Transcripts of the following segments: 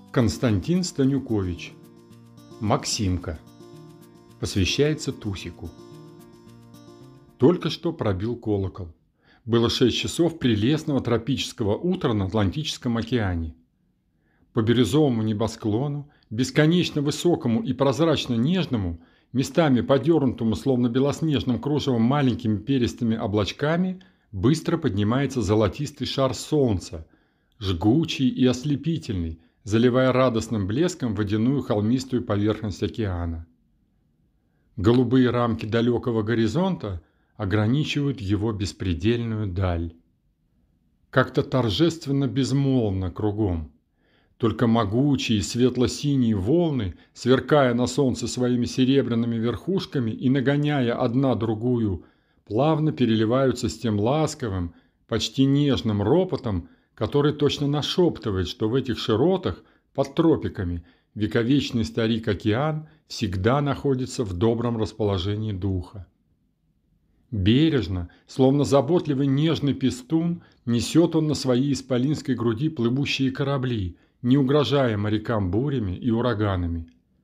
Константин Станюкович. Максимка. Посвящается Тусику. Только что пробил колокол. Было 6 часов прелестного тропического утра на Атлантическом океане. По бирюзовому небосклону, бесконечно высокому и прозрачно нежному, местами подернутому словно белоснежным кружевом маленькими перистыми облачками, быстро поднимается золотистый шар солнца, жгучий и ослепительный, заливая радостным блеском водяную холмистую поверхность океана. Голубые рамки далекого горизонта ограничивают его беспредельную даль. Как-то торжественно безмолвно кругом. Только могучие светло-синие волны, сверкая на солнце своими серебряными верхушками и нагоняя одна другую, плавно переливаются с тем ласковым, почти нежным ропотом, который точно нашептывает, что в этих широтах, под тропиками, вековечный старик-океан всегда находится в добром расположении духа. Бережно, словно заботливый нежный пестун, несет он на своей исполинской груди плывущие корабли, не угрожая морякам бурями и ураганами.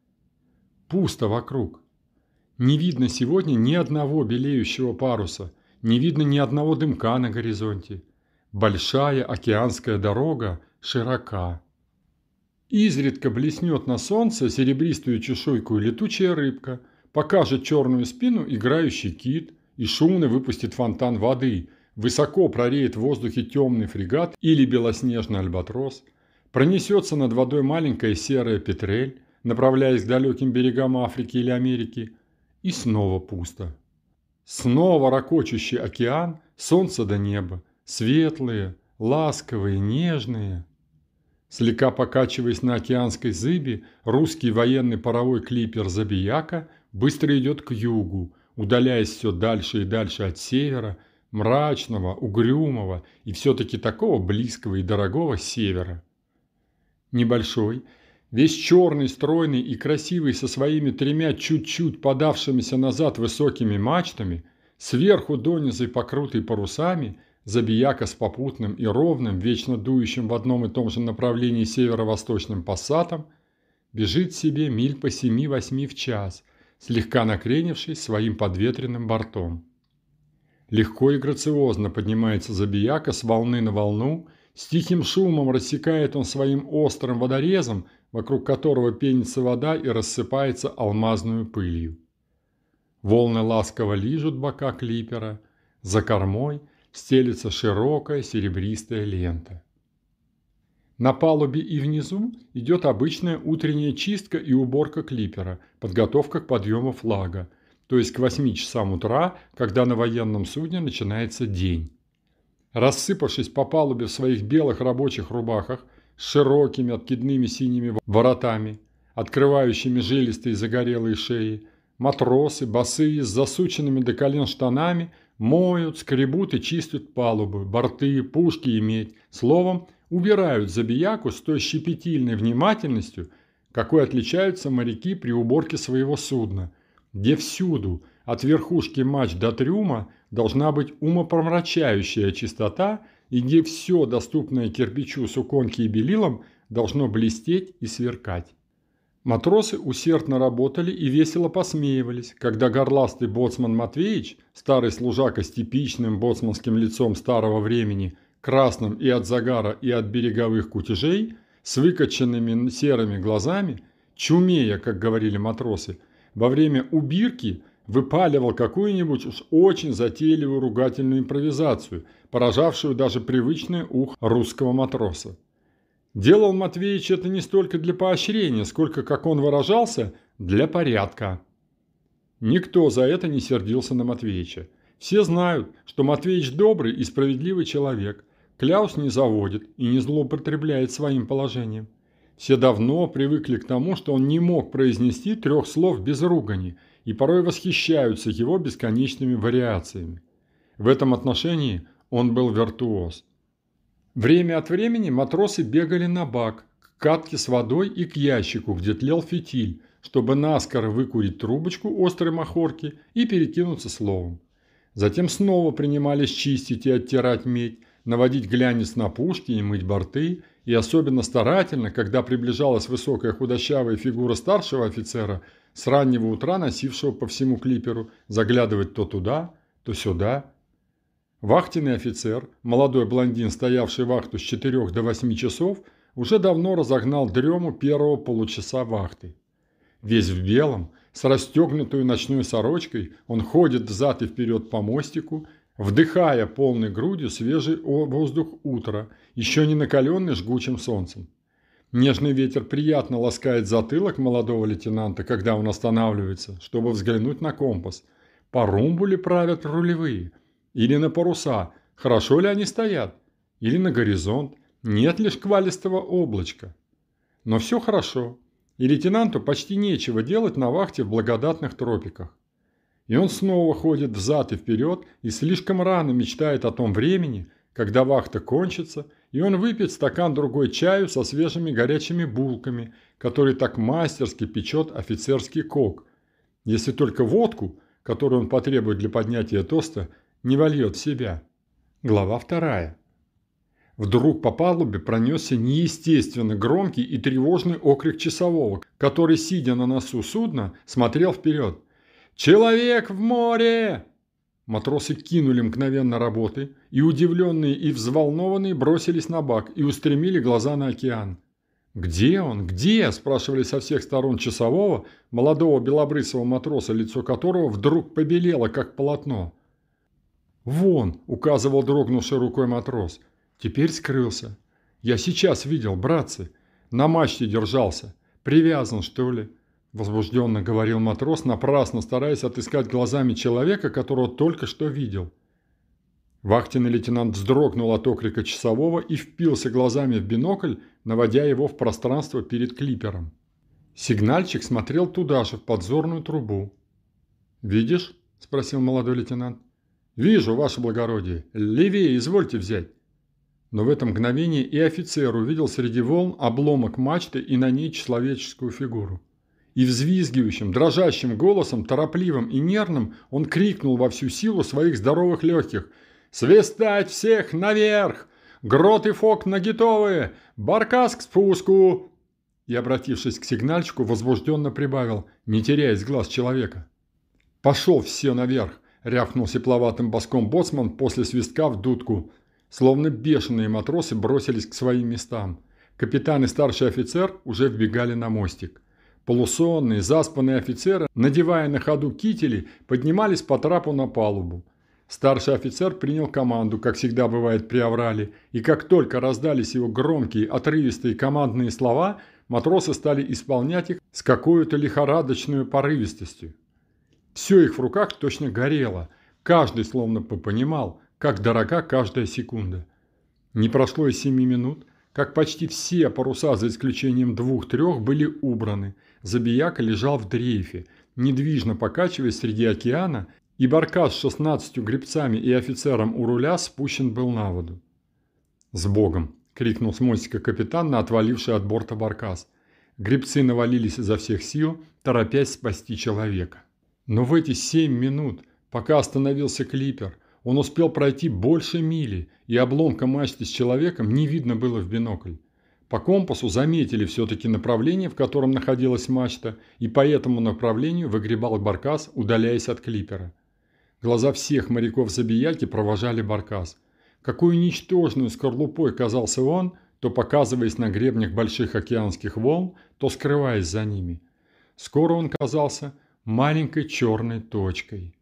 Пусто вокруг. Не видно сегодня ни одного белеющего паруса, не видно ни одного дымка на горизонте. Большая океанская дорога широка. Изредка блеснет на солнце серебристую чешуйку летучая рыбка, покажет черную спину играющий кит и шумно выпустит фонтан воды, высоко прореет в воздухе темный фрегат или белоснежный альбатрос, пронесется над водой маленькая серая петрель, направляясь к далеким берегам Африки или Америки, и снова пусто. Снова ракочущий океан, солнце до неба, светлые, ласковые, нежные. Слегка покачиваясь на океанской зыби, русский военный паровой клипер «Забияка» быстро идет к югу, удаляясь все дальше и дальше от севера, мрачного, угрюмого и все-таки такого близкого и дорогого севера. Небольшой, весь черный, стройный и красивый со своими 3 чуть-чуть подавшимися назад высокими мачтами, сверху донизу покрытый парусами, Забияка с попутным и ровным, вечно дующим в одном и том же направлении северо-восточным пассатом, бежит себе миль по 7-8 в час, слегка накренившись своим подветренным бортом. Легко и грациозно поднимается Забияка с волны на волну, с тихим шумом рассекает он своим острым водорезом, вокруг которого пенится вода и рассыпается алмазную пылью. Волны ласково лижут бока клипера, за кормой стелется широкая серебристая лента. На палубе и внизу идет обычная утренняя чистка и уборка клипера, подготовка к подъему флага, то есть к 8 часам утра, когда на военном судне начинается день. Рассыпавшись по палубе в своих белых рабочих рубахах с широкими откидными синими воротами, открывающими жилистые загорелые шеи, матросы, босые, с засученными до колен штанами, моют, скребут и чистят палубы, борты, пушки и медь. Словом, убирают Забияку с той щепетильной внимательностью, какой отличаются моряки при уборке своего судна, где всюду, от верхушки мачт до трюма, должна быть умопомрачающая чистота и где все, доступное кирпичу, суконке и белилам, должно блестеть и сверкать. Матросы усердно работали и весело посмеивались, когда горластый боцман Матвеич, старый служака с типичным боцманским лицом старого времени, красным и от загара, и от береговых кутежей, с выкоченными серыми глазами, чумея, как говорили матросы, во время убирки выпаливал какую-нибудь уж очень затейливую ругательную импровизацию, поражавшую даже привычное ухо русского матроса. Делал Матвеич это не столько для поощрения, сколько, как он выражался, для порядка. Никто за это не сердился на Матвеича. Все знают, что Матвеич добрый и справедливый человек, кляус не заводит и не злоупотребляет своим положением. Все давно привыкли к тому, что он не мог произнести 3 слов без ругани, и порой восхищаются его бесконечными вариациями. В этом отношении он был виртуоз. Время от времени матросы бегали на бак, к катке с водой и к ящику, где тлел фитиль, чтобы наскоро выкурить трубочку острой махорки и перекинуться словом. Затем снова принимались чистить и оттирать медь, наводить глянец на пушки и мыть борты, и особенно старательно, когда приближалась высокая худощавая фигура старшего офицера, с раннего утра носившего по всему клиперу, заглядывать то туда, то сюда. Вахтенный офицер, молодой блондин, стоявший вахту с 4 до 8 часов, уже давно разогнал дрему первого получаса вахты. Весь в белом, с расстегнутой ночной сорочкой, он ходит взад и вперед по мостику, вдыхая полной грудью свежий воздух утра, еще не накаленный жгучим солнцем. Нежный ветер приятно ласкает затылок молодого лейтенанта, когда он останавливается, чтобы взглянуть на компас. По румбу ли правят рулевые? Или на паруса? Хорошо ли они стоят? Или на горизонт? Нет ли шквалистого облачка? Но все хорошо, и лейтенанту почти нечего делать на вахте в благодатных тропиках. И он снова ходит взад и вперед и слишком рано мечтает о том времени, когда вахта кончится, и он выпьет стакан другой чаю со свежими горячими булками, который так мастерски печет офицерский кок, если только водку, которую он потребует для поднятия тоста, не вольет в себя. Глава 2. Вдруг по палубе пронесся неестественно громкий и тревожный окрик часового, который, сидя на носу судна, смотрел вперед. «Человек в море!» Матросы кинули мгновенно работы, и удивленные и взволнованные бросились на бак и устремили глаза на океан. «Где он? Где?» – спрашивали со всех сторон часового, молодого белобрысого матроса, лицо которого вдруг побелело, как полотно. «Вон!» – указывал дрогнувшей рукой матрос. «Теперь скрылся. Я сейчас видел, братцы. На мачте держался. Привязан, что ли?» Возбужденно говорил матрос, напрасно стараясь отыскать глазами человека, которого только что видел. Вахтенный лейтенант вздрогнул от окрика часового и впился глазами в бинокль, наводя его в пространство перед клипером. Сигнальщик смотрел туда же, в подзорную трубу. «Видишь?» – спросил молодой лейтенант. «Вижу, ваше благородие. Левее извольте взять». Но в это мгновение и офицер увидел среди волн обломок мачты и на ней человеческую фигуру. И взвизгивающим, дрожащим голосом, торопливым и нервным, он крикнул во всю силу своих здоровых легких: «Свистать всех наверх! Грот и Фок наготовы! Баркас к спуску!» И, обратившись к сигнальщику, возбужденно прибавил, не теряя с глаз человека: «Пошел все наверх!» — рявкнул сепловатым боском боцман после свистка в дудку. Словно бешеные матросы бросились к своим местам. Капитан и старший офицер уже вбегали на мостик. Полусонные, заспанные офицеры, надевая на ходу кители, поднимались по трапу на палубу. Старший офицер принял команду, как всегда бывает при аврале, и как только раздались его громкие, отрывистые командные слова, матросы стали исполнять их с какой-то лихорадочной порывистостью. Все их в руках точно горело, каждый словно понимал, как дорога каждая секунда. Не прошло и 7 минут, как почти все паруса, за исключением 2-3, были убраны. Забияка лежал в дрейфе, недвижно покачиваясь среди океана, и баркас с 16 гребцами и офицером у руля спущен был на воду. «С Богом!» – крикнул с мостика капитан на отваливший от борта баркас. Гребцы навалились изо всех сил, торопясь спасти человека. Но в эти 7 минут, пока остановился клипер, он успел пройти больше мили, и обломка мачты с человеком не видно было в бинокль. По компасу заметили все-таки направление, в котором находилась мачта, и по этому направлению выгребал баркас, удаляясь от клипера. Глаза всех моряков Забияки провожали баркас. Какой ничтожной скорлупой казался он, то показываясь на гребнях больших океанских волн, то скрываясь за ними. Скоро он казался маленькой черной точкой.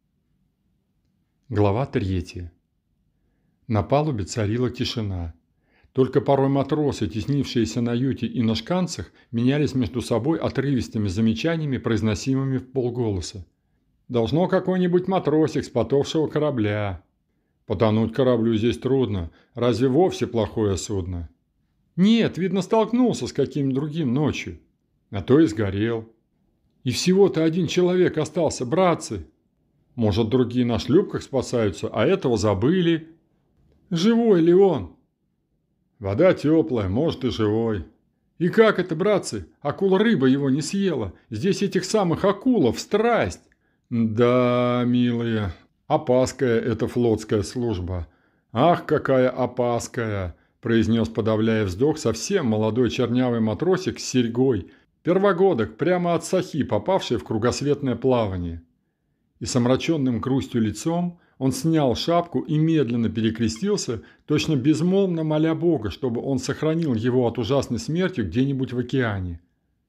Глава 3. На палубе царила тишина. Только порой матросы, теснившиеся на юте и на шканцах, менялись между собой отрывистыми замечаниями, произносимыми в полголоса. «Должно какой-нибудь матросик с потовшего корабля. Потонуть кораблю здесь трудно. Разве вовсе плохое судно? Нет, видно, столкнулся с каким-то другим ночью. А то и сгорел. И всего-то один человек остался, братцы. Может, другие на шлюпках спасаются, а этого забыли. Живой ли он? Вода теплая, может, и живой. И как это, братцы, акула-рыба его не съела? Здесь этих самых акулов страсть. Да, милые, опаская эта флотская служба. «Ах, какая опаская!» – произнес, подавляя вздох, совсем молодой чернявый матросик с серьгой, первогодок, прямо от сахи, попавший в кругосветное плавание. И с омраченным грустью лицом он снял шапку и медленно перекрестился, точно безмолвно моля Бога, чтобы он сохранил его от ужасной смерти где-нибудь в океане.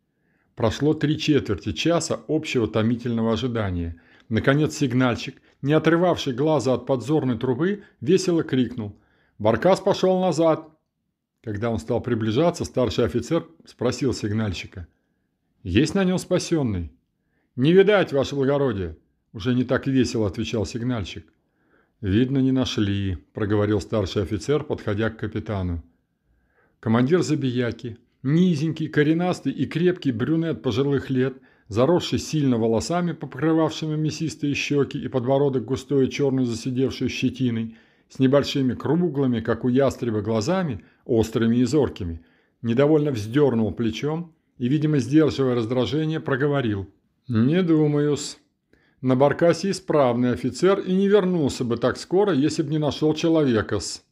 Прошло 3/4 часа общего томительного ожидания. Наконец сигнальщик, не отрывавший глаза от подзорной трубы, весело крикнул: «Баркас пошел назад!» Когда он стал приближаться, старший офицер спросил сигнальщика: «Есть на нем спасенный?» «Не видать, ваше благородие!» Уже не так весело отвечал сигнальщик. «Видно, не нашли», – проговорил старший офицер, подходя к капитану. Командир забияки, низенький, коренастый и крепкий брюнет пожилых лет, заросший сильно волосами, покрывавшими мясистые щеки и подбородок густой черной засидевшей щетиной, с небольшими круглыми, как у ястреба, глазами, острыми и зоркими, недовольно вздернул плечом и, видимо, сдерживая раздражение, проговорил: «Не думаю-с. На баркасе исправный офицер и не вернулся бы так скоро, если б не нашел человека-с.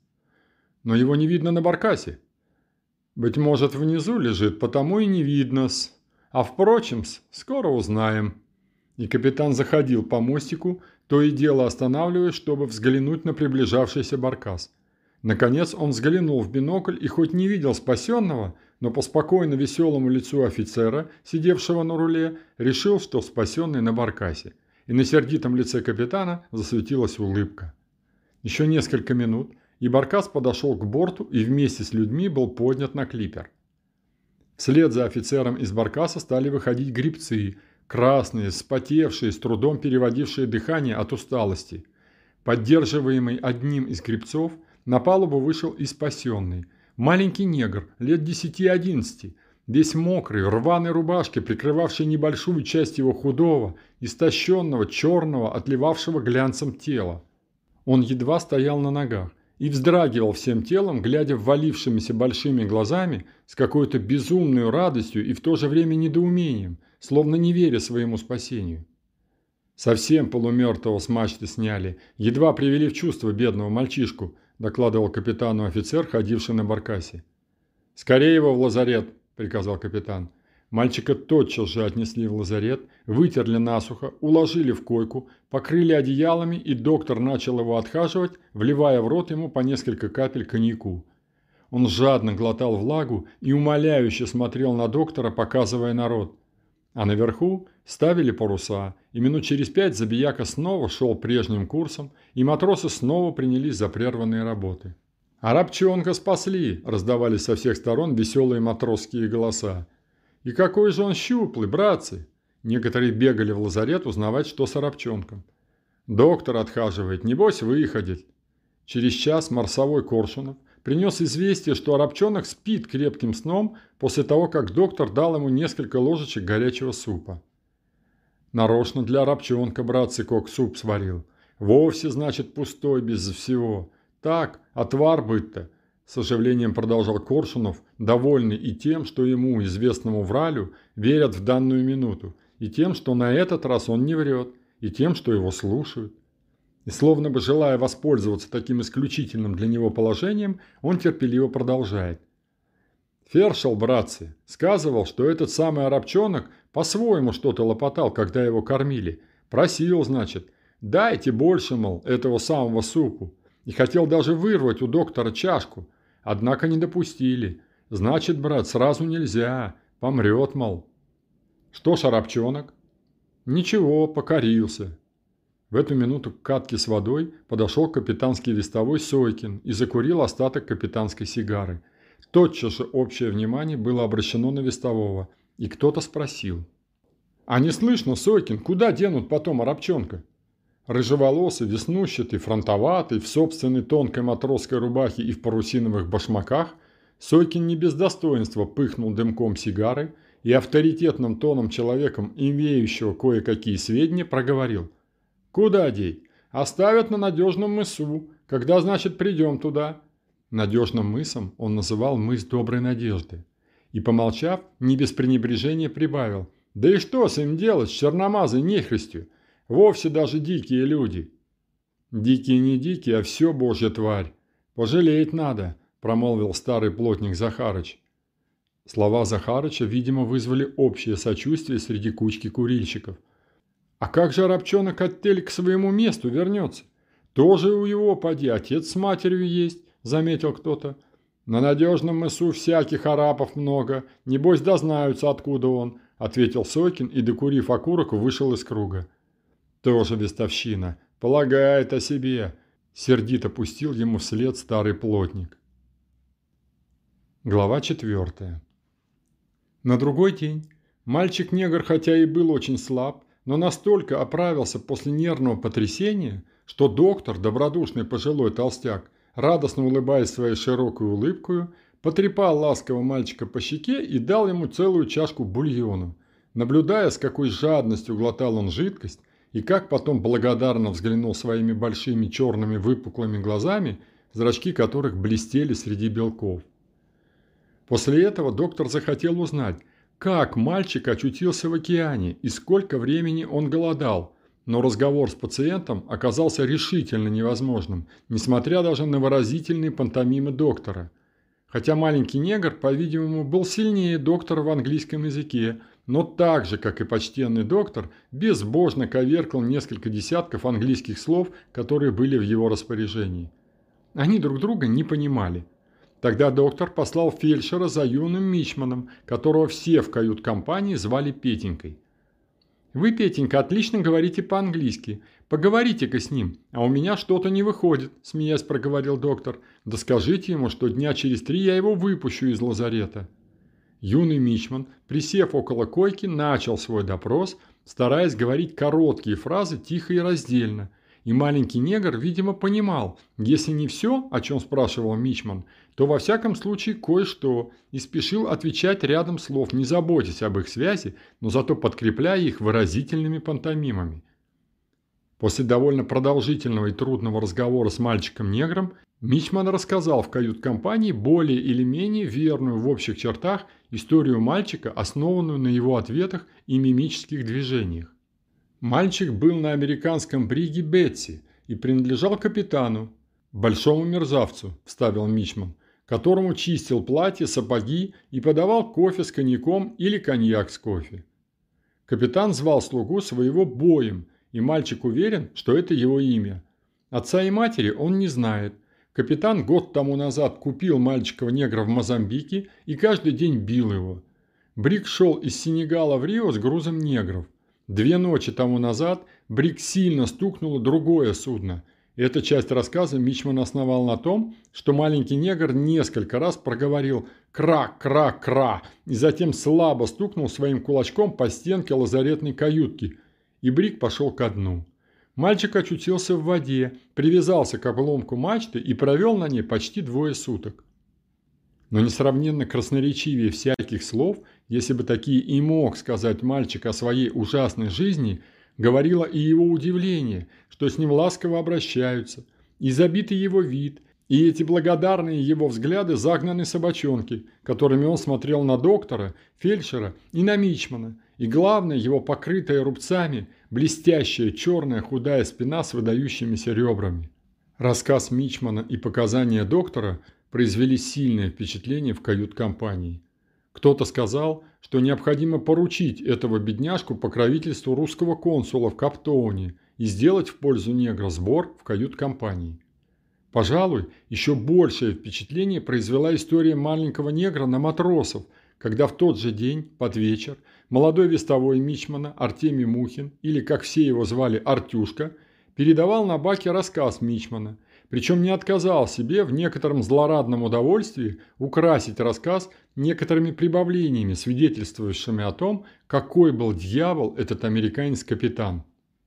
Но его не видно на баркасе. Быть может, внизу лежит, потому и не видно-с. А впрочем-с, скоро узнаем». И капитан заходил по мостику, то и дело останавливаясь, чтобы взглянуть на приближавшийся баркас. Наконец он взглянул в бинокль и хоть не видел спасенного, но по спокойно веселому лицу офицера, сидевшего на руле, решил, что спасенный на баркасе. И на сердитом лице капитана засветилась улыбка. Еще несколько минут, и баркас подошел к борту и вместе с людьми был поднят на клипер. Вслед за офицером из баркаса стали выходить гребцы, красные, вспотевшие, с трудом переводившие дыхание от усталости. Поддерживаемый одним из гребцов, на палубу вышел и спасенный. Маленький негр, лет 10-11, весь мокрый, в рваной рубашке, прикрывавший небольшую часть его худого, истощенного, черного, отливавшего глянцем тела. Он едва стоял на ногах и вздрагивал всем телом, глядя ввалившимися большими глазами с какой-то безумной радостью и в то же время недоумением, словно не веря своему спасению. «Совсем полумертвого с мачты сняли, едва привели в чувство бедного мальчишку», докладывал капитану офицер, ходивший на баркасе. «Скорее его в лазарет», – приказал капитан. Мальчика тотчас же отнесли в лазарет, вытерли насухо, уложили в койку, покрыли одеялами, и доктор начал его отхаживать, вливая в рот ему по несколько капель коньяку. Он жадно глотал влагу и умоляюще смотрел на доктора, показывая на рот. А наверху ставили паруса, и минут через 5 забияка снова шел прежним курсом, и матросы снова принялись за прерванные работы. «А рабчонка спасли!» – раздавались со всех сторон веселые матросские голоса. «И какой же он щуплый, братцы!» Некоторые бегали в лазарет узнавать, что с Арабчонком. «Доктор отхаживает, небось выходит». Через час Марсовой Коршунов принес известие, что Арабчонок спит крепким сном после того, как доктор дал ему несколько ложечек горячего супа. «Нарочно для Арабчонка, братцы, кок суп сварил. Вовсе, значит, пустой, без всего. Так, отвар быть-то». С оживлением продолжал Коршунов, довольный и тем, что ему, известному вралю, верят в данную минуту, и тем, что на этот раз он не врет, и тем, что его слушают. И словно бы желая воспользоваться таким исключительным для него положением, он терпеливо продолжает. «Фершел, братцы, сказывал, что этот самый Арабчонок по-своему что-то лопотал, когда его кормили. Просил, значит, дайте больше, мол, этого самого супу. И хотел даже вырвать у доктора чашку. Однако не допустили. Значит, брат, сразу нельзя. Помрет, мол». «Что ж, Арабчонок?» «Ничего, покорился». В эту минуту к катке с водой подошел капитанский вестовой Сойкин и закурил остаток капитанской сигары. Тотчас же общее внимание было обращено на вестового, и кто-то спросил: «А не слышно, Сойкин, куда денут потом Арабчонка?» Рыжеволосый, веснущатый, фронтоватый, в собственной тонкой матросской рубахе и в парусиновых башмаках, Сойкин не без достоинства пыхнул дымком сигары и авторитетным тоном человеком, имеющего кое-какие сведения, проговорил: «Куда деть? Оставят на надежном мысу. Когда, значит, придем туда?» Надежным мысом он называл мыс Доброй Надежды. И, помолчав, не без пренебрежения прибавил: «Да и что с им делать, с черномазой нехристью? Вовсе даже дикие люди». «Дикие не дикие, а все божья тварь», «Пожалеть надо», – промолвил старый плотник Захарыч. Слова Захарыча, видимо, вызвали общее сочувствие среди кучки курильщиков. «А как же Арабчонок от тель к своему месту вернется? Тоже у его, поди, отец с матерью есть», – заметил кто-то. «На надежном мысу всяких арапов много, небось дознаются, откуда он», – ответил Сойкин и, докурив окурок, вышел из круга. «Тоже вестовщина, полагает о себе», – сердито пустил ему вслед старый плотник. Глава 4. На другой день мальчик-негр, хотя и был очень слаб, но настолько оправился после нервного потрясения, что доктор, добродушный пожилой толстяк, радостно улыбаясь своей широкой улыбкою, потрепал ласково мальчика по щеке и дал ему целую чашку бульону, наблюдая, с какой жадностью глотал он жидкость и как потом благодарно взглянул своими большими черными выпуклыми глазами, зрачки которых блестели среди белков. После этого доктор захотел узнать, как мальчик очутился в океане и сколько времени он голодал, но разговор с пациентом оказался решительно невозможным, несмотря даже на выразительные пантомимы доктора. Хотя маленький негр, по-видимому, был сильнее доктора в английском языке, но так же, как и почтенный доктор, безбожно коверкал несколько десятков английских слов, которые были в его распоряжении. Они друг друга не понимали. Тогда доктор послал фельдшера за юным мичманом, которого все в кают-компании звали Петенькой. «Вы, Петенька, отлично говорите по-английски. Поговорите-ка с ним, а у меня что-то не выходит», – смеясь проговорил доктор. «Да скажите ему, что дня через 3 я его выпущу из лазарета». Юный мичман, присев около койки, начал свой допрос, стараясь говорить короткие фразы тихо и раздельно. И маленький негр, видимо, понимал, если не все, о чем спрашивал мичман, то во всяком случае кое-что, и спешил отвечать рядом слов, не заботясь об их связи, но зато подкрепляя их выразительными пантомимами. После довольно продолжительного и трудного разговора с мальчиком-негром мичман рассказал в кают-компании более или менее верную в общих чертах историю мальчика, основанную на его ответах и мимических движениях. Мальчик был на американском бриге «Бетси» и принадлежал капитану, большому мерзавцу, вставил мичман, которому чистил платье, сапоги и подавал кофе с коньяком или коньяк с кофе. Капитан звал слугу своего Боем, и мальчик уверен, что это его имя. Отца и матери он не знает. Капитан год тому назад купил мальчика-негра в Мозамбике и каждый день бил его. Бриг шел из Сенегала в Рио с грузом негров. 2 ночи тому назад бриг сильно стукнуло другое судно. Эта часть рассказа мичман основал на том, что маленький негр несколько раз проговорил «кра-кра-кра» и затем слабо стукнул своим кулачком по стенке лазаретной каютки, и бриг пошел ко дну. Мальчик очутился в воде, привязался к обломку мачты и провел на ней почти 2 суток. Но несравненно красноречивее всяких слов, если бы такие и мог сказать мальчик о своей ужасной жизни, говорило и его удивление, что с ним ласково обращаются, и забитый его вид, и эти благодарные его взгляды загнанной собачонки, которыми он смотрел на доктора, фельдшера и на мичмана, и главное, его покрытая рубцами, блестящая черная худая спина с выдающимися ребрами. Рассказ мичмана и показания доктора произвели сильное впечатление в кают-компании. Кто-то сказал, что необходимо поручить этого бедняжку покровительству русского консула в Каптоуне и сделать в пользу негра сбор в кают-компании. Пожалуй, еще большее впечатление произвела история маленького негра на матросов, когда в тот же день, под вечер, молодой вестовой мичмана Артемий Мухин, или, как все его звали, Артюшка, передавал на баке рассказ мичмана, причем не отказал себе в некотором злорадном удовольствии украсить рассказ некоторыми прибавлениями, свидетельствующими о том, какой был дьявол этот американец-капитан.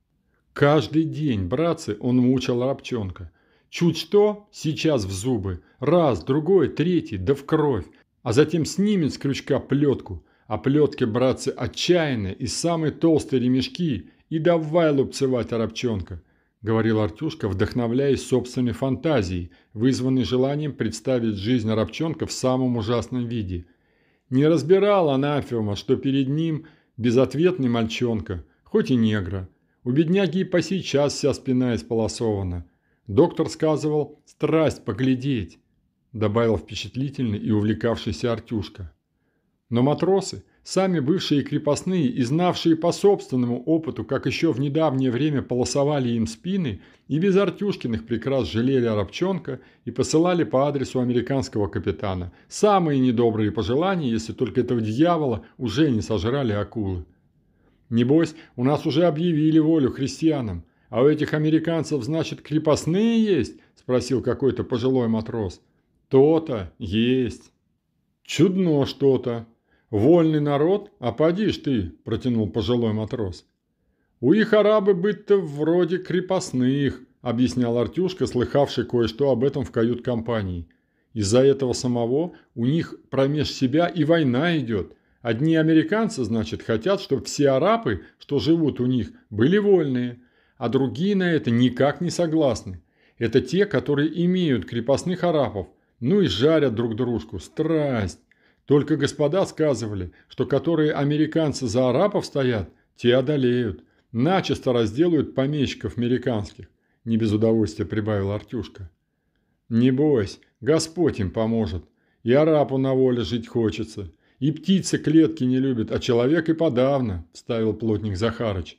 Каждый день, братцы, он мучил Арабчонка. Чуть что, сейчас в зубы, раз, другой, третий, да в кровь, а затем снимет с крючка плетку, а плетки, братцы, отчаянные, из самой толстой ремешки, и давай лупцевать Арабчонка, говорил Артюшка, вдохновляясь собственной фантазией, вызванной желанием представить жизнь Арабчонка в самом ужасном виде. Не разбирал анафема, что перед ним безответный мальчонка, хоть и негра. У бедняги и по сей час вся спина исполосована. Доктор сказывал «страсть поглядеть», добавил впечатлительный и увлекавшийся Артюшка. Но матросы, сами бывшие крепостные и знавшие по собственному опыту, как еще в недавнее время полосовали им спины, и без Артюшкиных прикрас жалели Арабчонка и посылали по адресу американского капитана самые недобрые пожелания, если только этого дьявола уже не сожрали акулы. «Небось, у нас уже объявили волю христианам, а у этих американцев, значит, крепостные есть?» – спросил какой-то пожилой матрос. «То-то есть». «Чудно что-то. Вольный народ, а поди ж ты», – протянул пожилой матрос. «У их арабы быть-то вроде крепостных», – объяснял Артюшка, слыхавший кое-что об этом в кают-компании. «Из-за этого самого у них промеж себя и война идет. Одни американцы, значит, хотят, чтобы все арабы, что живут у них, были вольные, а другие на это никак не согласны. Это те, которые имеют крепостных арабов, ну и жарят друг дружку. Страсть! Только господа сказывали, что которые американцы за арабов стоят, те одолеют, начисто разделают помещиков американских», – не без удовольствия прибавил Артюшка. «Не бойся, Господь им поможет. И арабу на воле жить хочется. И птицы клетки не любят, а человек и подавно», – вставил плотник Захарыч.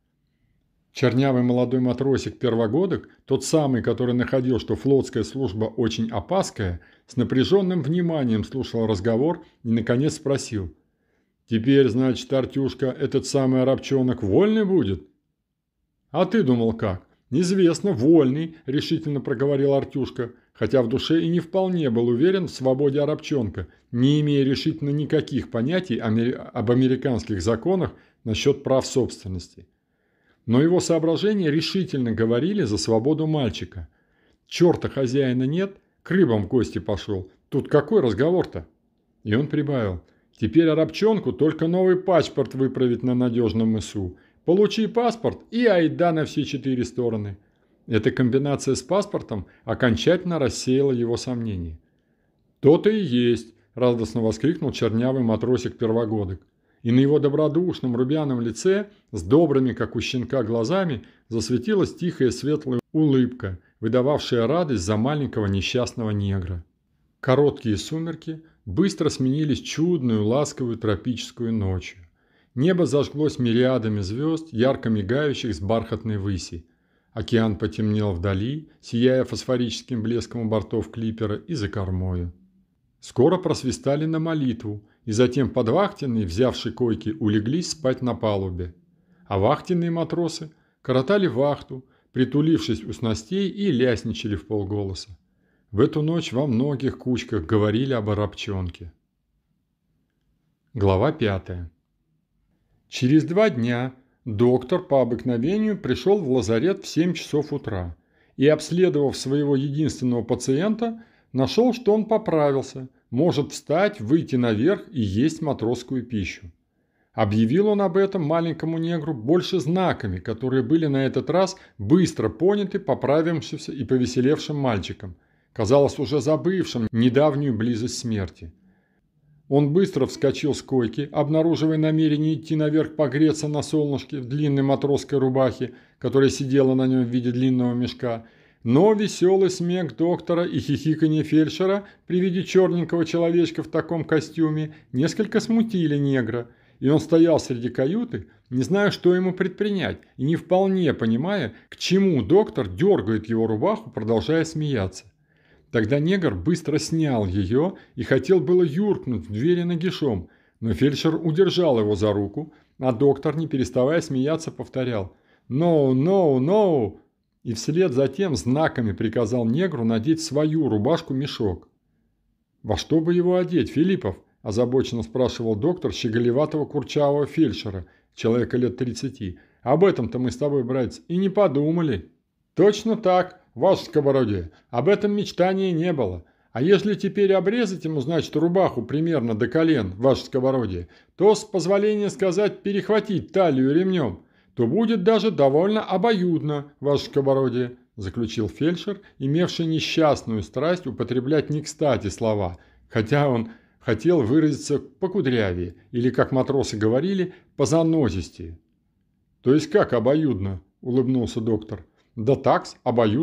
Чернявый молодой матросик-первогодок, тот самый, который находил, что флотская служба очень опаская, с напряженным вниманием слушал разговор и, наконец, спросил. «Теперь, значит, Артюшка, этот самый арабчонок вольный будет?» «А ты думал как?» «Известно, вольный», – решительно проговорил Артюшка, хотя в душе и не вполне был уверен в свободе арабчонка, не имея решительно никаких понятий об американских законах насчет прав собственности. Но его соображения решительно говорили за свободу мальчика. «Черта хозяина нет, к рыбам в гости пошел. Тут какой разговор-то?» И он прибавил. «Теперь арабчонку только новый паспорт выправить на надежном мысу. Получи паспорт и айда на все 4 стороны». Эта комбинация с паспортом окончательно рассеяла его сомнения. «То-то и есть», – радостно воскликнул чернявый матросик-первогодок. И на его добродушном румяном лице с добрыми, как у щенка, глазами засветилась тихая светлая улыбка, выдававшая радость за маленького несчастного негра. Короткие сумерки быстро сменились чудную, ласковую тропическую ночью. Небо зажглось мириадами звезд, ярко мигающих с бархатной выси. Океан потемнел вдали, сияя фосфорическим блеском у бортов клипера и за кормою. Скоро просвистали на молитву, и затем подвахтенные, взявшие койки, улеглись спать на палубе. А вахтенные матросы коротали вахту, притулившись у снастей и лясничали вполголоса. В эту ночь во многих кучках говорили об арабчонке. Глава 5. Через 2 дня доктор по обыкновению пришел в лазарет в 7 часов утра и, обследовав своего единственного пациента, нашел, что он поправился, может встать, выйти наверх и есть матросскую пищу. Объявил он об этом маленькому негру больше знаками, которые были на этот раз быстро поняты поправившимся и повеселевшим мальчиком, казалось, уже забывшим недавнюю близость смерти. Он быстро вскочил с койки, обнаруживая намерение идти наверх погреться на солнышке в длинной матросской рубахе, которая сидела на нем в виде длинного мешка. Но веселый смех доктора и хихиканье фельдшера при виде черненького человечка в таком костюме несколько смутили негра, и он стоял среди каюты, не зная, что ему предпринять, и не вполне понимая, к чему доктор дергает его рубаху, продолжая смеяться. Тогда негр быстро снял ее и хотел было юркнуть в двери нагишом, но фельдшер удержал его за руку, а доктор, не переставая смеяться, повторял «No, no, no!» и вслед за тем знаками приказал негру надеть свою рубашку-мешок. «Во что бы его одеть, Филиппов?» – озабоченно спрашивал доктор щеголеватого курчавого фельдшера, человека лет 30. «Об этом-то мы с тобой, братец, и не подумали». «Точно так, ваше сковородие, об этом мечтания не было. А если теперь обрезать ему, значит, рубаху примерно до колен, ваше сковородие, то, с позволения сказать, перехватить талию ремнем, то будет даже довольно обоюдно, ваше сковородие», – заключил фельдшер, имевший несчастную страсть употреблять не кстати слова, хотя он хотел выразиться покудрявее, или, как матросы говорили, позанозистее. «То есть как обоюдно?» – улыбнулся доктор. «Да такс, обоюдно.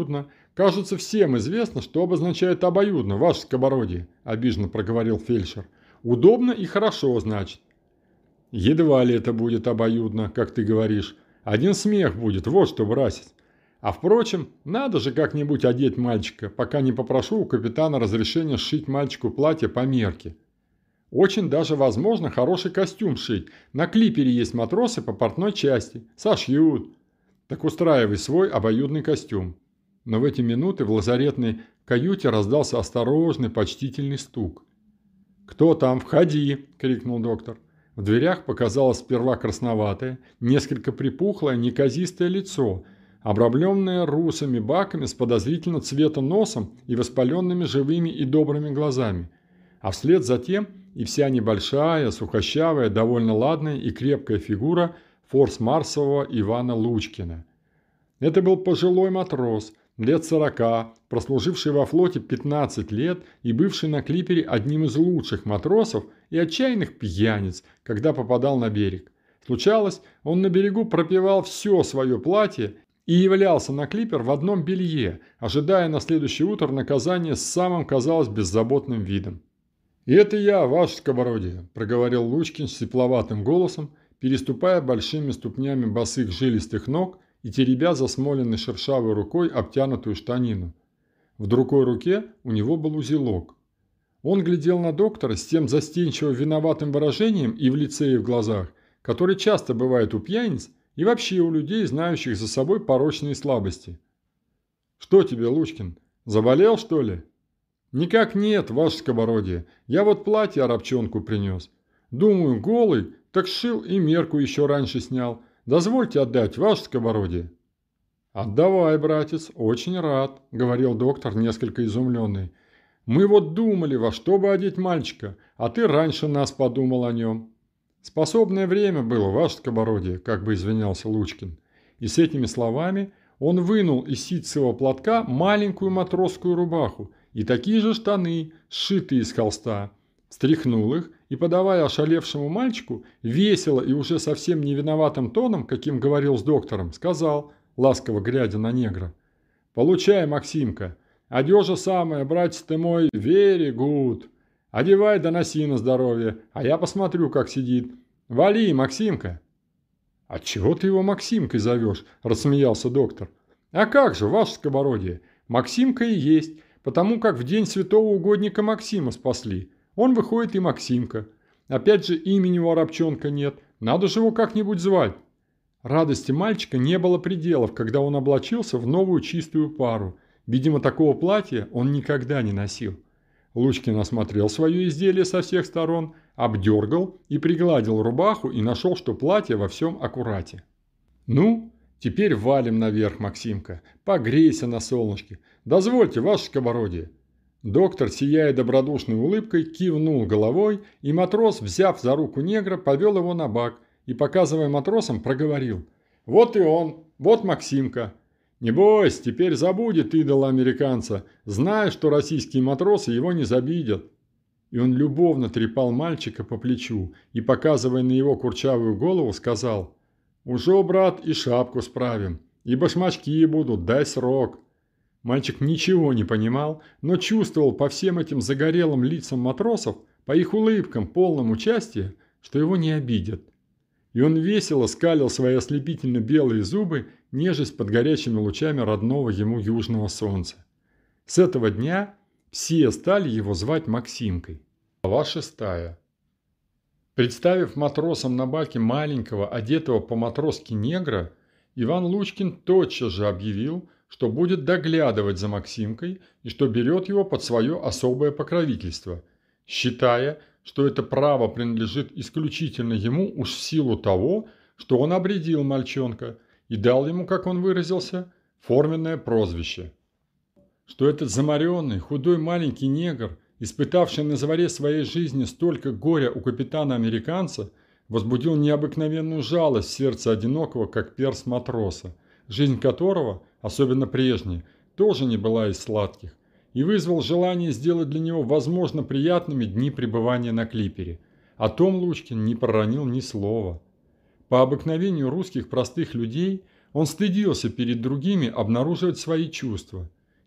Кажется, всем известно, что обозначает обоюдно, ваше скобородие», – обиженно проговорил фельдшер. «Удобно и хорошо, значит». «Едва ли это будет обоюдно, как ты говоришь. Один смех будет, вот что, братец. А впрочем, надо же как-нибудь одеть мальчика, пока не попрошу у капитана разрешения сшить мальчику платье по мерке. Очень даже возможно хороший костюм шить. На клипере есть матросы по портной части. Сошьют. Так устраивай свой обоюдный костюм». Но в эти минуты в лазаретной каюте раздался осторожный, почтительный стук. «Кто там? Входи!» – крикнул доктор. В дверях показалось сперва красноватое, несколько припухлое, неказистое лицо, обрамленное русыми баками с подозрительно цвета носом и воспаленными живыми и добрыми глазами. А вслед за тем и вся небольшая, сухощавая, довольно ладная и крепкая фигура форс-марсового Ивана Лучкина. Это был пожилой матрос, лет 40, прослуживший во флоте 15 лет и бывший на клипере одним из лучших матросов и отчаянных пьяниц, когда попадал на берег. Случалось, он на берегу пропивал все свое платье и являлся на клипер в одном белье, ожидая на следующее утро наказания с самым, казалось, беззаботным видом. «И это я, ваше скобородие», – проговорил Лучкин сипловатым голосом, переступая большими ступнями босых жилистых ног и теребя засмоленной шершавой рукой обтянутую штанину. В другой руке у него был узелок. Он глядел на доктора с тем застенчиво виноватым выражением и в лице, и в глазах, который часто бывает у пьяниц и вообще у людей, знающих за собой порочные слабости. «Что тебе, Лучкин, заболел, что ли?» «Никак нет, ваше скобородие. Я вот платье-арабчонку принес. Думаю, голый, так сшил и мерку еще раньше снял. Дозвольте отдать, ваше скобородие». «Отдавай, братец, очень рад», – говорил доктор, несколько изумленный. «Мы вот думали, во что бы одеть мальчика, а ты раньше нас подумал о нем». «Способное время было, ваше скобородие», – как бы извинялся Лучкин. И с этими словами он вынул из ситцевого платка маленькую матросскую рубаху и такие же штаны, сшитые из холста, стряхнул их и, подавая ошалевшему мальчику, весело и уже совсем не виноватым тоном, каким говорил с доктором, сказал, ласково глядя на негра: «Получай, Максимка, одежа самая, братец ты мой, very good. Одевай да носи на здоровье, а я посмотрю, как сидит. Вали, Максимка». «Отчего ты его Максимкой зовешь?» – рассмеялся доктор. «А как же, ваше скобородие, Максимка и есть, потому как в день святого угодника Максима спасли. Он выходит и Максимка. Опять же, имени у арабчонка нет, надо же его как-нибудь звать». Радости мальчика не было пределов, когда он облачился в новую чистую пару. Видимо, такого платья он никогда не носил. Лучкин осмотрел свое изделие со всех сторон, обдергал и пригладил рубаху и нашел, что платье во всем аккурате. «Ну, теперь валим наверх, Максимка. Погрейся на солнышке. Дозвольте, ваше скобородие». Доктор, сияя добродушной улыбкой, кивнул головой, и матрос, взяв за руку негра, повел его на бак и, показывая матросам, проговорил: «Вот и он, вот Максимка. Не бойся, теперь забудет идола американца, зная, что российские матросы его не забидят». И он любовно трепал мальчика по плечу и, показывая на его курчавую голову, сказал: «Уже, брат, и шапку справим, и башмачки будут, дай срок». Мальчик ничего не понимал, но чувствовал по всем этим загорелым лицам матросов, по их улыбкам, полным участия, что его не обидят. И он весело скалил свои ослепительно белые зубы, нежесть под горячими лучами родного ему южного солнца. С этого дня все стали его звать Максимкой. Глава 6. Представив матросам на баке маленького, одетого по-матросски негра, Иван Лучкин тотчас же объявил, что будет доглядывать за Максимкой и что берет его под свое особое покровительство, считая, что это право принадлежит исключительно ему уж в силу того, что он обрядил мальчонка и дал ему, как он выразился, форменное прозвище. Что этот замаренный, худой маленький негр, испытавший на заре своей жизни столько горя у капитана-американца, возбудил необыкновенную жалость в сердце одинокого, как перст матроса, жизнь которого, особенно прежняя, тоже не была из сладких, и вызвал желание сделать для него возможно приятными дни пребывания на клипере. О том Лучкин не проронил ни слова. По обыкновению русских простых людей он стыдился перед другими обнаруживать свои чувства.